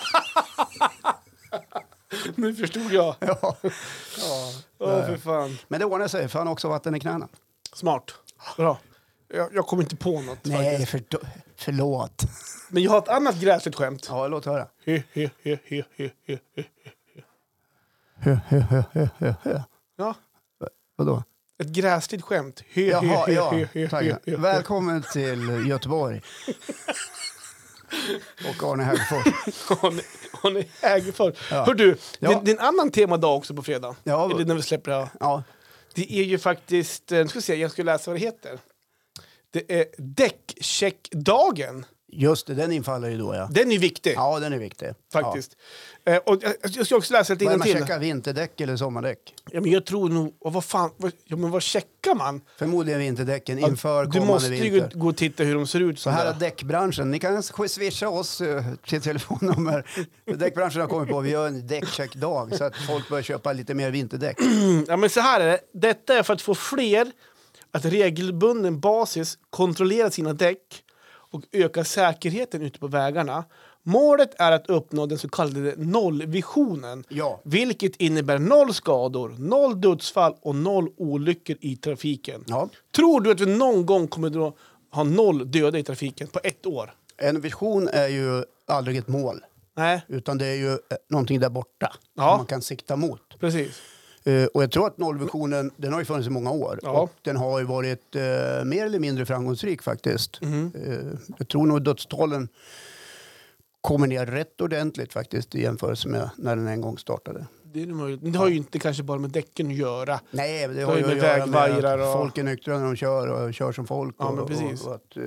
Speaker 2: Nu förstod jag.
Speaker 1: Ja.
Speaker 2: För fan.
Speaker 1: Men det ordnar sig, för han har också vatten i knäna.
Speaker 2: Smart. Bra. Jag kommer inte på något.
Speaker 1: Nej, förlåt.
Speaker 2: Men jag har ett annat gräsligt skämt.
Speaker 1: Ja, låt höra.
Speaker 2: Ja.
Speaker 1: Vadå?
Speaker 2: Ett gräsligt skämt.
Speaker 1: Tack. Välkommen till Göteborg. Och Arne Hägerfors.
Speaker 2: Arne Hägerfors. Ja. Hör du, det är en annan temadag också på fredag.
Speaker 1: Ja.
Speaker 2: Eller när vi släpper det här.
Speaker 1: Ja.
Speaker 2: Det är ju faktiskt, jag ska läsa vad det heter. Det är däckcheckdagen.
Speaker 1: Just det, den infaller ju då, ja.
Speaker 2: Den är viktig.
Speaker 1: Ja, den är viktig.
Speaker 2: Faktiskt. Ja. Och jag ska också läsa lite innantill.
Speaker 1: Börjar man checka vinterdäck eller sommardäck?
Speaker 2: Ja, men jag tror nog... vad checkar man?
Speaker 1: Förmodligen vinterdäcken inför kommande vinter.
Speaker 2: Du måste ju gå och titta hur de ser ut.
Speaker 1: Så här är däckbranschen. Ni kan swisha oss till telefonnummer. Däckbranschen har kommit på vi gör en däckcheckdag så att folk börjar köpa lite mer vinterdäck.
Speaker 2: Ja, men så här är det. Detta är för att få fler att regelbunden basis kontrollera sina däck och öka säkerheten ute på vägarna. Målet är att uppnå den så kallade nollvisionen.
Speaker 1: Ja.
Speaker 2: Vilket innebär 0 skador, 0 dödsfall och 0 olyckor i trafiken.
Speaker 1: Ja.
Speaker 2: Tror du att vi någon gång kommer att ha 0 döda i trafiken på 1 år?
Speaker 1: En vision är ju aldrig ett mål.
Speaker 2: Nej.
Speaker 1: Utan det är ju någonting där borta som man kan sikta mot.
Speaker 2: Precis.
Speaker 1: Och jag tror att nollvisionen, den har ju funnits i många år.
Speaker 2: Ja.
Speaker 1: Och den har ju varit mer eller mindre framgångsrik faktiskt. Jag tror nog dödstalen kommer ner rätt ordentligt faktiskt i jämförelse med när den en gång startade.
Speaker 2: Det är möjligt. Det har ju inte kanske bara med däcken att göra.
Speaker 1: Nej, det har ju
Speaker 2: med
Speaker 1: att göra med att
Speaker 2: och...
Speaker 1: folk är nyktra när de kör och kör som folk.
Speaker 2: Ja, men precis.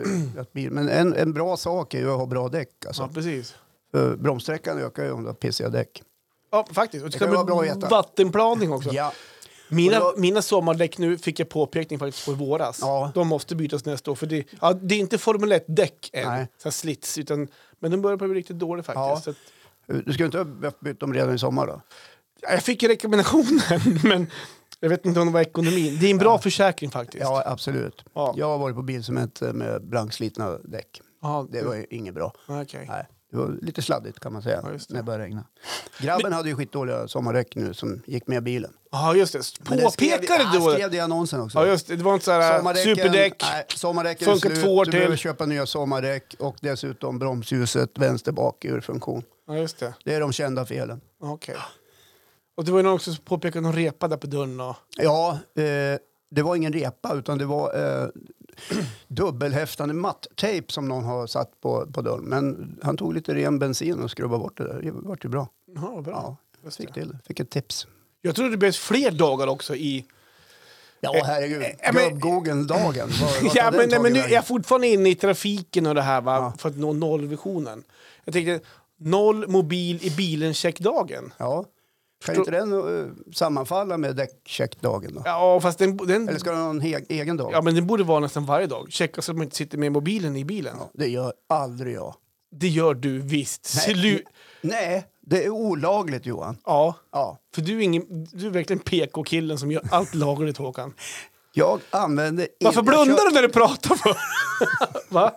Speaker 1: Men en bra sak är ju att ha bra däck. Alltså.
Speaker 2: Ja, precis.
Speaker 1: Bromssträckan ökar ju om du har pissiga däck.
Speaker 2: Ja, faktiskt. Och det ska
Speaker 1: kan vara bra att
Speaker 2: bli
Speaker 1: veta.
Speaker 2: vattenplaning också.
Speaker 1: Ja.
Speaker 2: Mina sommardäck nu fick jag påpekning faktiskt på i våras.
Speaker 1: Ja.
Speaker 2: De måste bytas nästa år. För det är inte Formel 1-däck än.
Speaker 1: Nej.
Speaker 2: Så slits. Men de börjar bli riktigt dåliga faktiskt.
Speaker 1: Ja.
Speaker 2: Så att,
Speaker 1: Du ska inte ha bytt dem redan i sommar då?
Speaker 2: jag fick rekommendationen, men jag vet inte om det var ekonomin. Det är en bra försäkring faktiskt.
Speaker 1: Ja, absolut.
Speaker 2: Ja.
Speaker 1: Jag har varit på bilcement med blankslitna däck.
Speaker 2: Aha,
Speaker 1: Det var ju inget bra.
Speaker 2: okay.
Speaker 1: Nej, det var lite sladdigt kan man säga
Speaker 2: Ja,
Speaker 1: när det började regna. Grabben hade ju skitdåliga sommardäck nu som gick med bilen.
Speaker 2: Ja, just det.
Speaker 1: Men
Speaker 2: Påpekade du då?
Speaker 1: skrev det i annonsen också.
Speaker 2: Ja, just det. Det var inte så här superdäck.
Speaker 1: Nej, sommardäcken är
Speaker 2: Funkar
Speaker 1: slut.
Speaker 2: 2 år
Speaker 1: Du
Speaker 2: till.
Speaker 1: behöver köpa nya sommardäck och dessutom bromsljuset vänster bak ur funktion.
Speaker 2: Ja, just det.
Speaker 1: Det är de kända felen.
Speaker 2: Okej. Och det var ju någon också som påpekade någon repa där på dörren. Och...
Speaker 1: Ja, det var ingen repa utan det var dubbelhäftande matt-tejp som någon har satt på dörren. Men han tog lite ren bensin och skrubbade bort det där. Det var ju bra.
Speaker 2: Ja, bra.
Speaker 1: Ja, fick ett tips.
Speaker 2: Jag tror det behövs fler dagar också i...
Speaker 1: Ja, herregud. Gubb-Google-dagen.
Speaker 2: Ja, men nu är jag fortfarande inne i trafiken och det här för att nå nollvisionen. Jag tänkte, 0 mobil i bilen-checkdagen.
Speaker 1: Ja. Kan inte den sammanfalla med däckcheckdagen då?
Speaker 2: Ja, fast den...
Speaker 1: Eller ska den ha en egen dag?
Speaker 2: Ja, men den borde vara nästan varje dag. Checka så att man inte sitter med mobilen i bilen.
Speaker 1: Ja, det gör aldrig jag.
Speaker 2: Det gör du visst.
Speaker 1: Nej, det är olagligt Johan.
Speaker 2: Ja,
Speaker 1: Ja.
Speaker 2: för du är verkligen PK-killen som gör allt lagligt, Håkan.
Speaker 1: Jag använder...
Speaker 2: Varför blundar du när du pratar för? Va?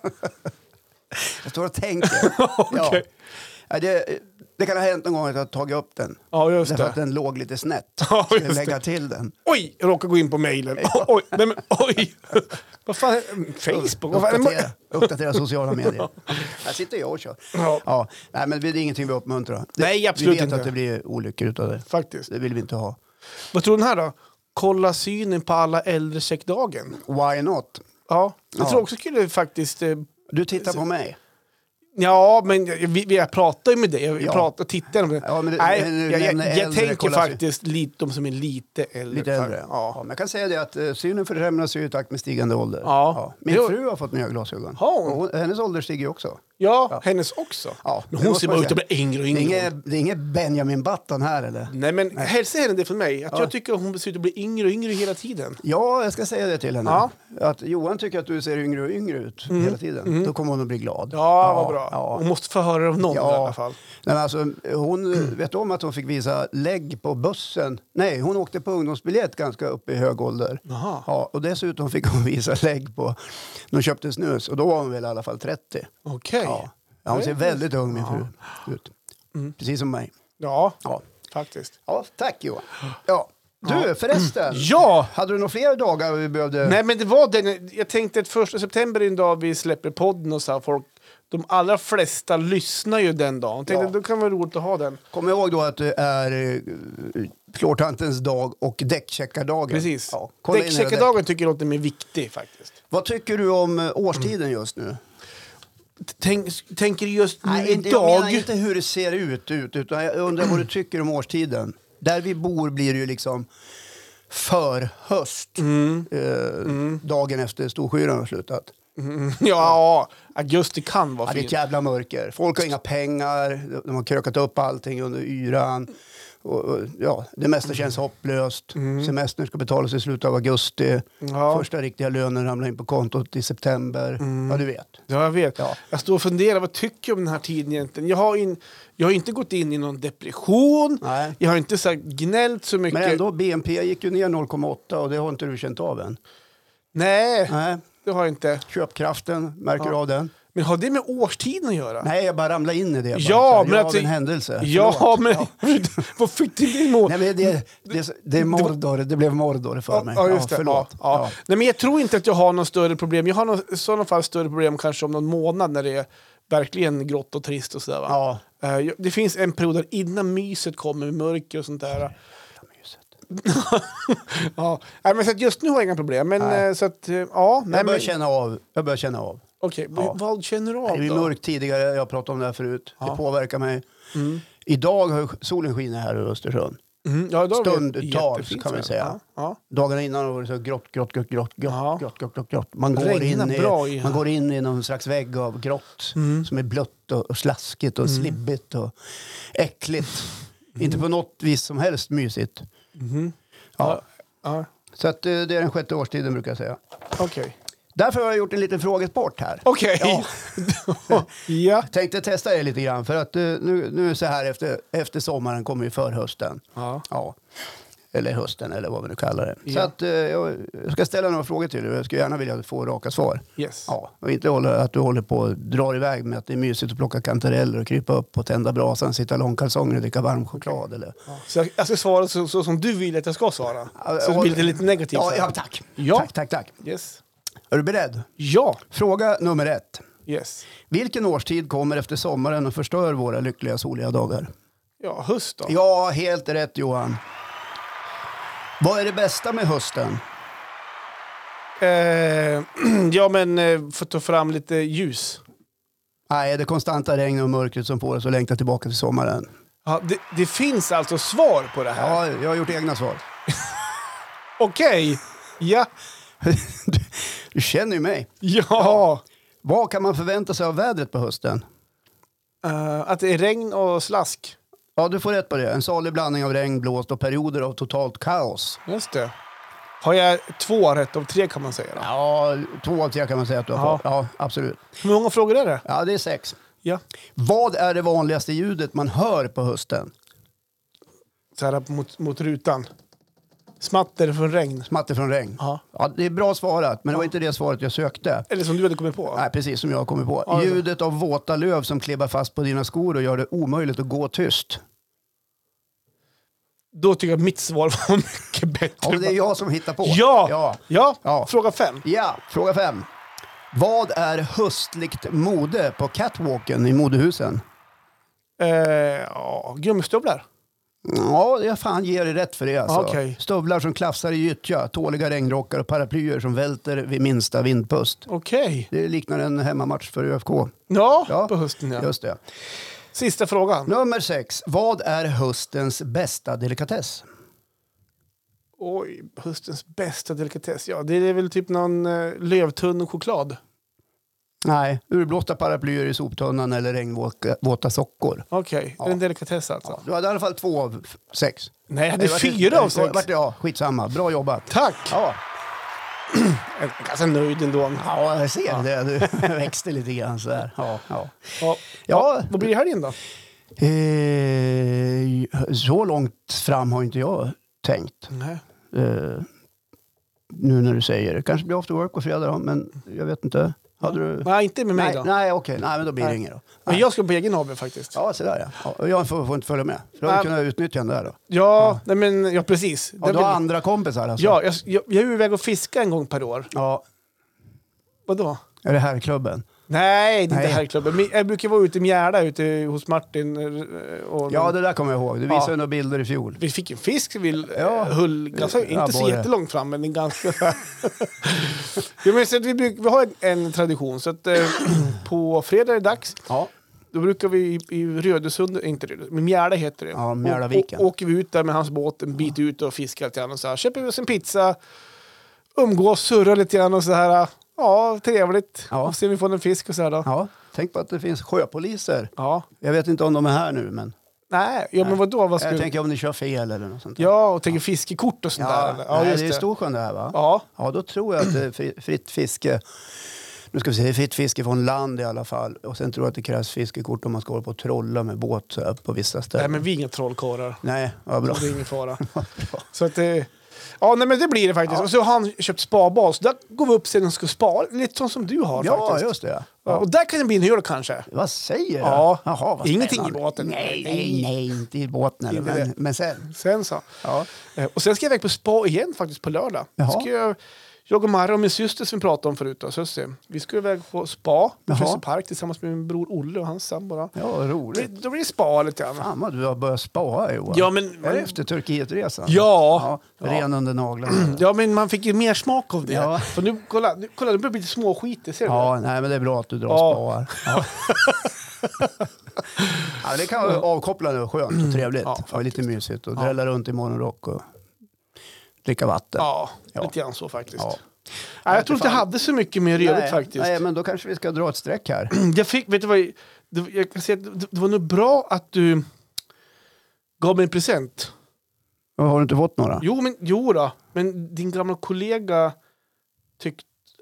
Speaker 1: Jag står och tänker.
Speaker 2: Okej.
Speaker 1: Ja. Det kan ha hänt någon gång att jag har tagit upp den.
Speaker 2: Ja, just
Speaker 1: Därför
Speaker 2: det.
Speaker 1: att den låg lite snett.
Speaker 2: Ja,
Speaker 1: Så
Speaker 2: just
Speaker 1: jag lägga
Speaker 2: det.
Speaker 1: till den.
Speaker 2: Oj, jag råkar gå in på mejlen. Oj, nej men oj. Vad fan, Facebook? Vad fan?
Speaker 1: Uppdatera sociala medier. Här sitter jag och kör. Ja. Nej, men det är ingenting vi uppmuntrar.
Speaker 2: Nej, absolut
Speaker 1: vi vet
Speaker 2: inte.
Speaker 1: att det blir olyckor utav det.
Speaker 2: Faktiskt.
Speaker 1: Det vill vi inte ha.
Speaker 2: Vad tror du den här då? Kolla synen på alla äldre checkdagen.
Speaker 1: Why not?
Speaker 2: Ja, jag tror också skulle faktiskt...
Speaker 1: Du tittar på mig.
Speaker 2: Ja, men jag pratar ju med dig. Jag tittar på det.
Speaker 1: Ja, men
Speaker 2: jag tänker faktiskt lite de som är lite äldre.
Speaker 1: Lite äldre. Ja. Men jag kan säga det att synen försämras ju i takt med stigande ålder.
Speaker 2: Ja.
Speaker 1: Min fru har fått nya glasögon.
Speaker 2: Ja.
Speaker 1: Hennes ålder stiger ju också.
Speaker 2: Ja, hennes också.
Speaker 1: Ja,
Speaker 2: Men hon ser bara ut att bli yngre och yngre.
Speaker 1: Det är inget Benjamin Button här eller?
Speaker 2: Nej, men hälsa henne det för mig. Att jag tycker att hon ser ut att bli yngre och yngre hela tiden.
Speaker 1: Ja, jag ska säga det till henne.
Speaker 2: Ja.
Speaker 1: Att Johan tycker att du ser yngre och yngre ut hela tiden. Då kommer hon att bli glad.
Speaker 2: Ja, vad bra.
Speaker 1: Ja.
Speaker 2: Hon måste få höra av någon i alla fall.
Speaker 1: Nej, men alltså, hon vet om att hon fick visa lägg på bussen. Nej, hon åkte på ungdomsbiljett ganska upp i hög ålder.
Speaker 2: Jaha.
Speaker 1: Ja, och dessutom fick hon visa lägg på när hon köpte snus. Och då var hon väl i alla fall 30.
Speaker 2: Okej.
Speaker 1: Ja. Ja, hon ser väldigt ung min fru ut. Precis som mig.
Speaker 2: Ja,
Speaker 1: Ja,
Speaker 2: faktiskt.
Speaker 1: ja tack Johan. Ja. Du förresten.
Speaker 2: Ja!
Speaker 1: Hade du några fler dagar vi behövde...
Speaker 2: Nej, men det var den. Jag tänkte att 1 september är en dag vi släpper podden och så här, folk. De allra flesta lyssnar ju den dagen. Jag tänkte då kan det vara roligt att ha den.
Speaker 1: Kom ihåg då att det är klårtantens dag och däckcheckardagen.
Speaker 2: Precis.
Speaker 1: Ja,
Speaker 2: Däckcheckardagen tycker jag låter mer viktig faktiskt.
Speaker 1: Vad tycker du om årstiden just nu?
Speaker 2: Tänker du just nu
Speaker 1: Nej,
Speaker 2: idag?
Speaker 1: jag menar inte hur det ser ut utan jag undrar vad du tycker om årstiden. Där vi bor blir det ju liksom förhöst dagen efter Storskyran har slutat.
Speaker 2: Ja, augusti kan vara
Speaker 1: Ja, det är ett
Speaker 2: fint.
Speaker 1: jävla mörker. Folk har inga pengar, de har krökat upp allting under yran. Och, ja, det mesta känns hopplöst. Semestern ska betalas i slutet av augusti.
Speaker 2: Ja.
Speaker 1: Första riktiga lönen ramlar in på kontot i september. Ja, du vet.
Speaker 2: Ja, jag vet.
Speaker 1: Ja.
Speaker 2: Jag står och funderar, vad tycker jag om den här tiden egentligen? Jag har inte gått in i någon depression.
Speaker 1: Nej.
Speaker 2: Jag har inte så här gnällt så mycket.
Speaker 1: Men ändå, BNP gick ju ner 0,8 och det har inte du känt av än.
Speaker 2: Nej,
Speaker 1: Nej.
Speaker 2: det har jag inte.
Speaker 1: Köpkraften, märker du av den?
Speaker 2: Men har det med årstiden att göra?
Speaker 1: Nej, jag bara ramlade in i det.
Speaker 2: Ja, men
Speaker 1: att en händelse.
Speaker 2: Ja, men vad fick du det emot?
Speaker 1: Nej, men det är Mordor. Det blev Mordor för mig.
Speaker 2: Ja, just det.
Speaker 1: Förlåt.
Speaker 2: Ja. Nej, men jag tror inte att jag har någon större problem. Jag har i sådana fall större problem kanske om någon månad när det är verkligen grått och trist och sådär, va?
Speaker 1: Ja.
Speaker 2: Det finns en period där innan myset kommer med mörker och sånt där. Ja, men så att just nu har jag inga problem. Men så att, ja.
Speaker 1: Jag börjar känna av.
Speaker 2: Okej, vad känner du av då?
Speaker 1: Det är mörkt tidigare, jag har pratat om det här förut. Det påverkar mig. Idag har solen skiner här i Östersund.
Speaker 2: Ja,
Speaker 1: Stundtals kan man säga. Dagarna innan var det så grått. Man går in i någon slags vägg av grått som är blött och slaskigt och slibbigt och äckligt. Inte på något vis som helst mysigt. Ja. Så att det är den 6:e årstiden brukar jag säga.
Speaker 2: Okej.
Speaker 1: Därför har jag gjort en liten frågesport här.
Speaker 2: Okej. Ja.
Speaker 1: Jag tänkte testa det lite grann för att nu så här efter sommaren kommer ju förhösten. Ja. Eller hösten eller vad vi nu kallar det. Ja. Så att jag ska ställa några frågor till dig. Jag skulle gärna vilja få raka svar.
Speaker 2: Yes.
Speaker 1: Ja, och inte att du håller på och drar iväg med att det är mysigt att plocka kantareller och krypa upp och tända brasan, sitta långkalsonger och dricka varm choklad. Eller.
Speaker 2: Ja. Så jag ska svara så som du vill att jag ska svara. Så det blir det lite negativt.
Speaker 1: Ja, tack.
Speaker 2: Ja.
Speaker 1: Tack.
Speaker 2: Yes.
Speaker 1: Är du beredd?
Speaker 2: Ja.
Speaker 1: Fråga nummer 1.
Speaker 2: Yes.
Speaker 1: Vilken årstid kommer efter sommaren och förstör våra lyckliga soliga dagar?
Speaker 2: Ja, höst då.
Speaker 1: Ja, helt rätt Johan. Vad är det bästa med hösten?
Speaker 2: För att ta fram lite ljus.
Speaker 1: Nej, det konstanta regn och mörkret som får oss att längta tillbaka till sommaren.
Speaker 2: Ja, det finns alltså svar på det här?
Speaker 1: Ja, jag har gjort egna svar.
Speaker 2: Okej. Ja.
Speaker 1: Du känner ju mig.
Speaker 2: Ja.
Speaker 1: Vad kan man förvänta sig av vädret på hösten?
Speaker 2: Att det är regn och slask.
Speaker 1: Ja, du får rätt på det. En salig blandning av regn, blåst och perioder av totalt kaos.
Speaker 2: Just det. Har jag 2 rätt av 3 kan man säga då?
Speaker 1: Ja, 2 av 3 kan man säga att du har fått. Ja, absolut.
Speaker 2: Hur många frågor är det?
Speaker 1: Ja, det är 6.
Speaker 2: Ja.
Speaker 1: Vad är det vanligaste ljudet man hör på hösten?
Speaker 2: Så här mot rutan. Smatter från regn.
Speaker 1: Smatter från regn.
Speaker 2: Ja.
Speaker 1: Ja, det är bra svarat, men det var inte det svaret jag sökte.
Speaker 2: Eller som du hade kommit på.
Speaker 1: Nej, precis som jag har kommit på.
Speaker 2: Ja,
Speaker 1: ljudet av våta löv som klibbar fast på dina skor och gör det omöjligt att gå tyst.
Speaker 2: Då tycker jag att mitt svar var mycket bättre.
Speaker 1: Ja, det är jag som hittar på.
Speaker 2: Ja. Fråga 5.
Speaker 1: Ja, fråga 5. Vad är höstligt mode på catwalken i modehusen?
Speaker 2: Gummistövlar.
Speaker 1: Ja, jag fan ger dig rätt för det alltså.
Speaker 2: Okay.
Speaker 1: Stövlar som klafsar i gyttja, tåliga regnrockar och paraplyer som välter vid minsta vindpust.
Speaker 2: Okej.
Speaker 1: Det liknar en hemmamatch för ÖFK.
Speaker 2: Ja, på hösten ja.
Speaker 1: Just det.
Speaker 2: Sista frågan.
Speaker 1: Nummer 6. Vad är höstens bästa delikatess?
Speaker 2: Oj, höstens bästa delikatess. Ja, det är väl typ någon lövtunn och choklad.
Speaker 1: Nej, urblåsta paraplyer i soptunnan eller regnvåta sockor.
Speaker 2: Okej, är det en delikatess alltså?
Speaker 1: Ja, du hade i alla fall 2 av 6.
Speaker 2: Nej, jag hade 4 av 6.
Speaker 1: Ja, skitsamma. Bra jobbat.
Speaker 2: Tack!
Speaker 1: Ja.
Speaker 2: Jag är ganska nöjd ändå.
Speaker 1: Ja, jag ser det. Du växte lite grann så här. Ja.
Speaker 2: Vad blir det här in då?
Speaker 1: Så långt fram har inte jag tänkt.
Speaker 2: Nej.
Speaker 1: Nu när du säger det. Kanske blir after work på fredag då, men jag vet inte. Hade du...
Speaker 2: Nej, inte med mig då.
Speaker 1: Nej, okej. Nej, men då blir det inget då.
Speaker 2: Men jag ska på egen hobby faktiskt.
Speaker 1: Ja, så där ja. Och jag får inte följa med. För då hade du kunnat utnyttja den där då.
Speaker 2: Ja, precis.
Speaker 1: Ja, du har andra kompisar alltså?
Speaker 2: Ja, jag är iväg och fiska en gång per år.
Speaker 1: Ja.
Speaker 2: Vadå?
Speaker 1: Är det här klubben?
Speaker 2: Nej, det är inte här klubben. Men jag brukar vara ute i Mjärda, ute hos Martin.
Speaker 1: Ja, det där kommer jag ihåg. Du visade några bilder i fjol.
Speaker 2: Vi fick en fisk vid Hull, ganska, inte så jättelångt fram, men ganska... men så att vi har en tradition, så att på fredag är det dags.
Speaker 1: Ja.
Speaker 2: Då brukar vi i Rödesund, inte Rödesund, men Mjärda heter det.
Speaker 1: Ja, Mjärdaviken.
Speaker 2: Åker vi ut där med hans båt en bit ut och fiskar lite grann och så här. Köper vi oss en pizza, umgås, surrar lite grann och så här. Ja, trevligt. Ja. Och se om vi får en fisk och så här då.
Speaker 1: Ja, tänk på att det finns sjöpoliser.
Speaker 2: Ja.
Speaker 1: Jag vet inte om de är här nu, men...
Speaker 2: Nej, men vadå?
Speaker 1: Jag tänker om ni kör fel eller något sånt där.
Speaker 2: Ja, och tänker fiskekort och sånt där.
Speaker 1: Ja, just det är Storsjön det här va?
Speaker 2: Ja.
Speaker 1: Ja, då tror jag att det är fritt fiske. Nu ska vi se, fritt fiske från land i alla fall. Och sen tror jag att det krävs fiskekort om man ska hålla på och trolla med båt så här, på vissa ställen.
Speaker 2: Nej, men vi är inga trollkarlar.
Speaker 1: Nej, vad bra.
Speaker 2: Det är ingen fara. Så att det... Ja, nej, men det blir det faktiskt.
Speaker 1: Ja.
Speaker 2: Och så har han köpt spabas. Där går vi upp sen och ska spara. Lite sånt som du har
Speaker 1: Ja,
Speaker 2: faktiskt.
Speaker 1: just det.
Speaker 2: Ja. Och där kan det bli en hyra kanske.
Speaker 1: Vad säger du?
Speaker 2: Ja.
Speaker 1: Jaha, vad
Speaker 2: Ingenting
Speaker 1: spännande.
Speaker 2: i båten.
Speaker 1: Nej, inte i båten.
Speaker 2: Inte
Speaker 1: Eller,
Speaker 2: det.
Speaker 1: men sen.
Speaker 2: Sen så.
Speaker 1: Ja.
Speaker 2: Och sen ska jag iväg på spa igen faktiskt på lördag.
Speaker 1: Jaha.
Speaker 2: Ska jag och Marra och min syster som vi pratade om förut. Då, vi ska iväg på spa på Frösö Park tillsammans med min bror Olle och hans sambo.
Speaker 1: Ja, roligt.
Speaker 2: Då blir det spa lite grann.
Speaker 1: Fan vad du har börjat spara, Johan.
Speaker 2: Ja, men
Speaker 1: Efter Turkietresan.
Speaker 2: Ja.
Speaker 1: Ren under naglarna.
Speaker 2: Ja, men man fick ju mer smak av det.
Speaker 1: Ja.
Speaker 2: För nu, kolla, det börjar bli lite småskitigt, ser du?
Speaker 1: Ja, nej, men det är bra att du drar
Speaker 2: Ja.
Speaker 1: spar. Ja. Ja, det kan vara avkopplande och skönt och trevligt.
Speaker 2: Ja,
Speaker 1: Ja, lite mysigt och drälla runt i morgonrock och dricka vatten.
Speaker 2: Ja,
Speaker 1: Ja.
Speaker 2: lite grann så faktiskt.
Speaker 1: Ja.
Speaker 2: Nej, jag tror inte jag hade så mycket mer övrigt
Speaker 1: Nej,
Speaker 2: faktiskt.
Speaker 1: nej, men då kanske vi ska dra ett streck här.
Speaker 2: Jag fick, vet du vad, jag kan säga att det var nog bra att du gav mig en present.
Speaker 1: Har du inte fått några?
Speaker 2: Jo då, men din gamla kollega tyckte,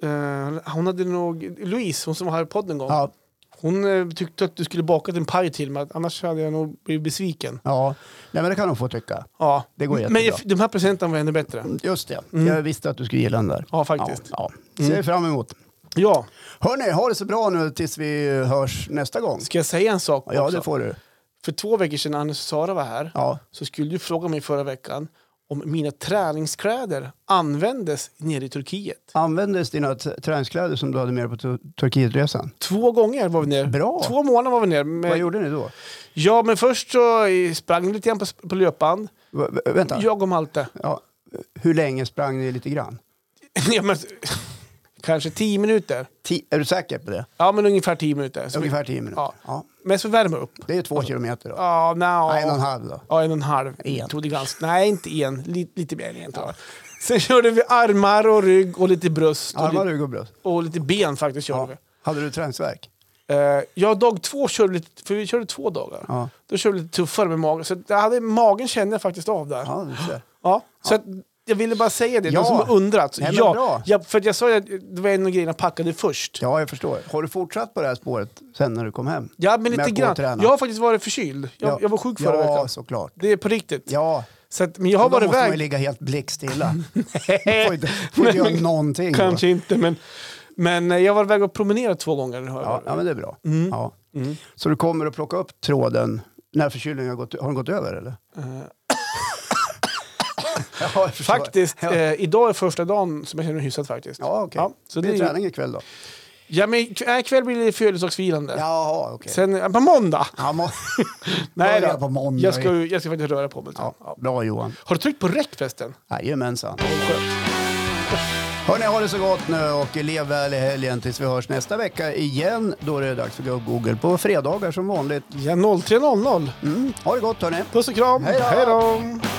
Speaker 2: hon hade nog, Louise, hon som var här i podden en gång.
Speaker 1: Ja.
Speaker 2: Hon tyckte att du skulle baka en paj till mig, annars hade jag nog blivit besviken.
Speaker 1: Ja, nej, men det kan de få tycka.
Speaker 2: Ja.
Speaker 1: Det går
Speaker 2: Men
Speaker 1: jättebra.
Speaker 2: de här presenterna var ännu bättre.
Speaker 1: Just det, jag visste att du skulle gilla den där.
Speaker 2: Ja, faktiskt.
Speaker 1: Ja. Ser fram emot.
Speaker 2: Ja,
Speaker 1: Hörrni, ha det så bra nu tills vi hörs nästa gång.
Speaker 2: ska jag säga en sak
Speaker 1: Ja,
Speaker 2: också?
Speaker 1: det får du.
Speaker 2: För 2 veckor sedan när Anders och Sara var här
Speaker 1: Ja.
Speaker 2: så skulle du fråga mig förra veckan om mina träningskläder användes nere i Turkiet.
Speaker 1: Användes dina träningskläder som du hade med på Turkietresan?
Speaker 2: 2 gånger var vi ner.
Speaker 1: Bra.
Speaker 2: 2 månader var vi ner.
Speaker 1: Vad gjorde ni då?
Speaker 2: Ja, men först så sprang vi lite grann på löpband.
Speaker 1: Vänta.
Speaker 2: Jag och Malte.
Speaker 1: Ja. Hur länge sprang ni lite grann?
Speaker 2: Ja, men, kanske 10 minuter.
Speaker 1: Är du säker på det?
Speaker 2: Ja, men ungefär 10 minuter. Så
Speaker 1: Ungefär 10 minuter.
Speaker 2: Ja.
Speaker 1: Ja.
Speaker 2: Men så värmer upp.
Speaker 1: Det är 2 kilometer då.
Speaker 2: Ja,
Speaker 1: Nej, 1,5 då.
Speaker 2: Ja, 1,5.
Speaker 1: En.
Speaker 2: Tog det ganska, nej, inte en. Lite mer än en, tror jag. Sen körde vi armar och rygg och lite bröst.
Speaker 1: Armar, rygg och bröst.
Speaker 2: Och lite ben faktiskt körde
Speaker 1: Ja.
Speaker 2: vi.
Speaker 1: Hade du träningsvärk?
Speaker 2: Ja, dag 2 körde vi lite, för vi körde 2 dagar.
Speaker 1: Ja.
Speaker 2: Då körde vi lite tuffare med magen. Så magen kände jag faktiskt av där.
Speaker 1: Ja, du ser.
Speaker 2: Ja, så att, jag ville bara säga det,
Speaker 1: Ja.
Speaker 2: de som har undrat.
Speaker 1: Nej, men bra.
Speaker 2: Ja, för att jag sa att det var en av grejerna packade först.
Speaker 1: Ja, jag förstår. Har du fortsatt på det här spåret sen när du kom hem?
Speaker 2: Ja, men
Speaker 1: Med
Speaker 2: lite
Speaker 1: att gå och
Speaker 2: grann.
Speaker 1: träna?
Speaker 2: Jag har faktiskt varit förkyld. Jag var sjuk förra
Speaker 1: Ja,
Speaker 2: veckan.
Speaker 1: såklart.
Speaker 2: Det är på riktigt.
Speaker 1: Ja,
Speaker 2: Så att, men jag har
Speaker 1: då
Speaker 2: varit
Speaker 1: måste man ju
Speaker 2: iväg.
Speaker 1: ligga helt blickstilla. får inte göra någonting. Då.
Speaker 2: Kanske inte, men jag var iväg och promenerat 2 gånger. Har jag
Speaker 1: Ja,
Speaker 2: varit.
Speaker 1: ja, men det är bra.
Speaker 2: Mm.
Speaker 1: Ja. Så du kommer att plocka upp tråden när förkylningen har den gått över, eller? Ja, jag förstår.
Speaker 2: Faktiskt,
Speaker 1: Ja,
Speaker 2: idag är första dagen som jag känner mig hyfsat faktiskt.
Speaker 1: ja okej.
Speaker 2: Ja, så
Speaker 1: det blir
Speaker 2: det är-
Speaker 1: träning ikväll då?
Speaker 2: Ja, men ikväll blir det födelsedagsfirande.
Speaker 1: Ja, okej.
Speaker 2: Sen på måndag.
Speaker 1: Ja,
Speaker 2: Nej
Speaker 1: börja
Speaker 2: då.
Speaker 1: på måndag.
Speaker 2: Jag ska faktiskt röra på mig.
Speaker 1: Ja,
Speaker 2: Ja.
Speaker 1: bra Johan.
Speaker 2: Har du tryckt på räck förresten?
Speaker 1: Jajamensan.
Speaker 2: Skönt.
Speaker 1: Hörrni, ha det så gott nu och lev väl i helgen tills vi hörs nästa vecka igen. Då är det dags för Google på fredagar som vanligt.
Speaker 2: Ja, 03.00.
Speaker 1: Ha det gott hörni.
Speaker 2: Puss och kram.
Speaker 1: Hej då.
Speaker 2: Hej då.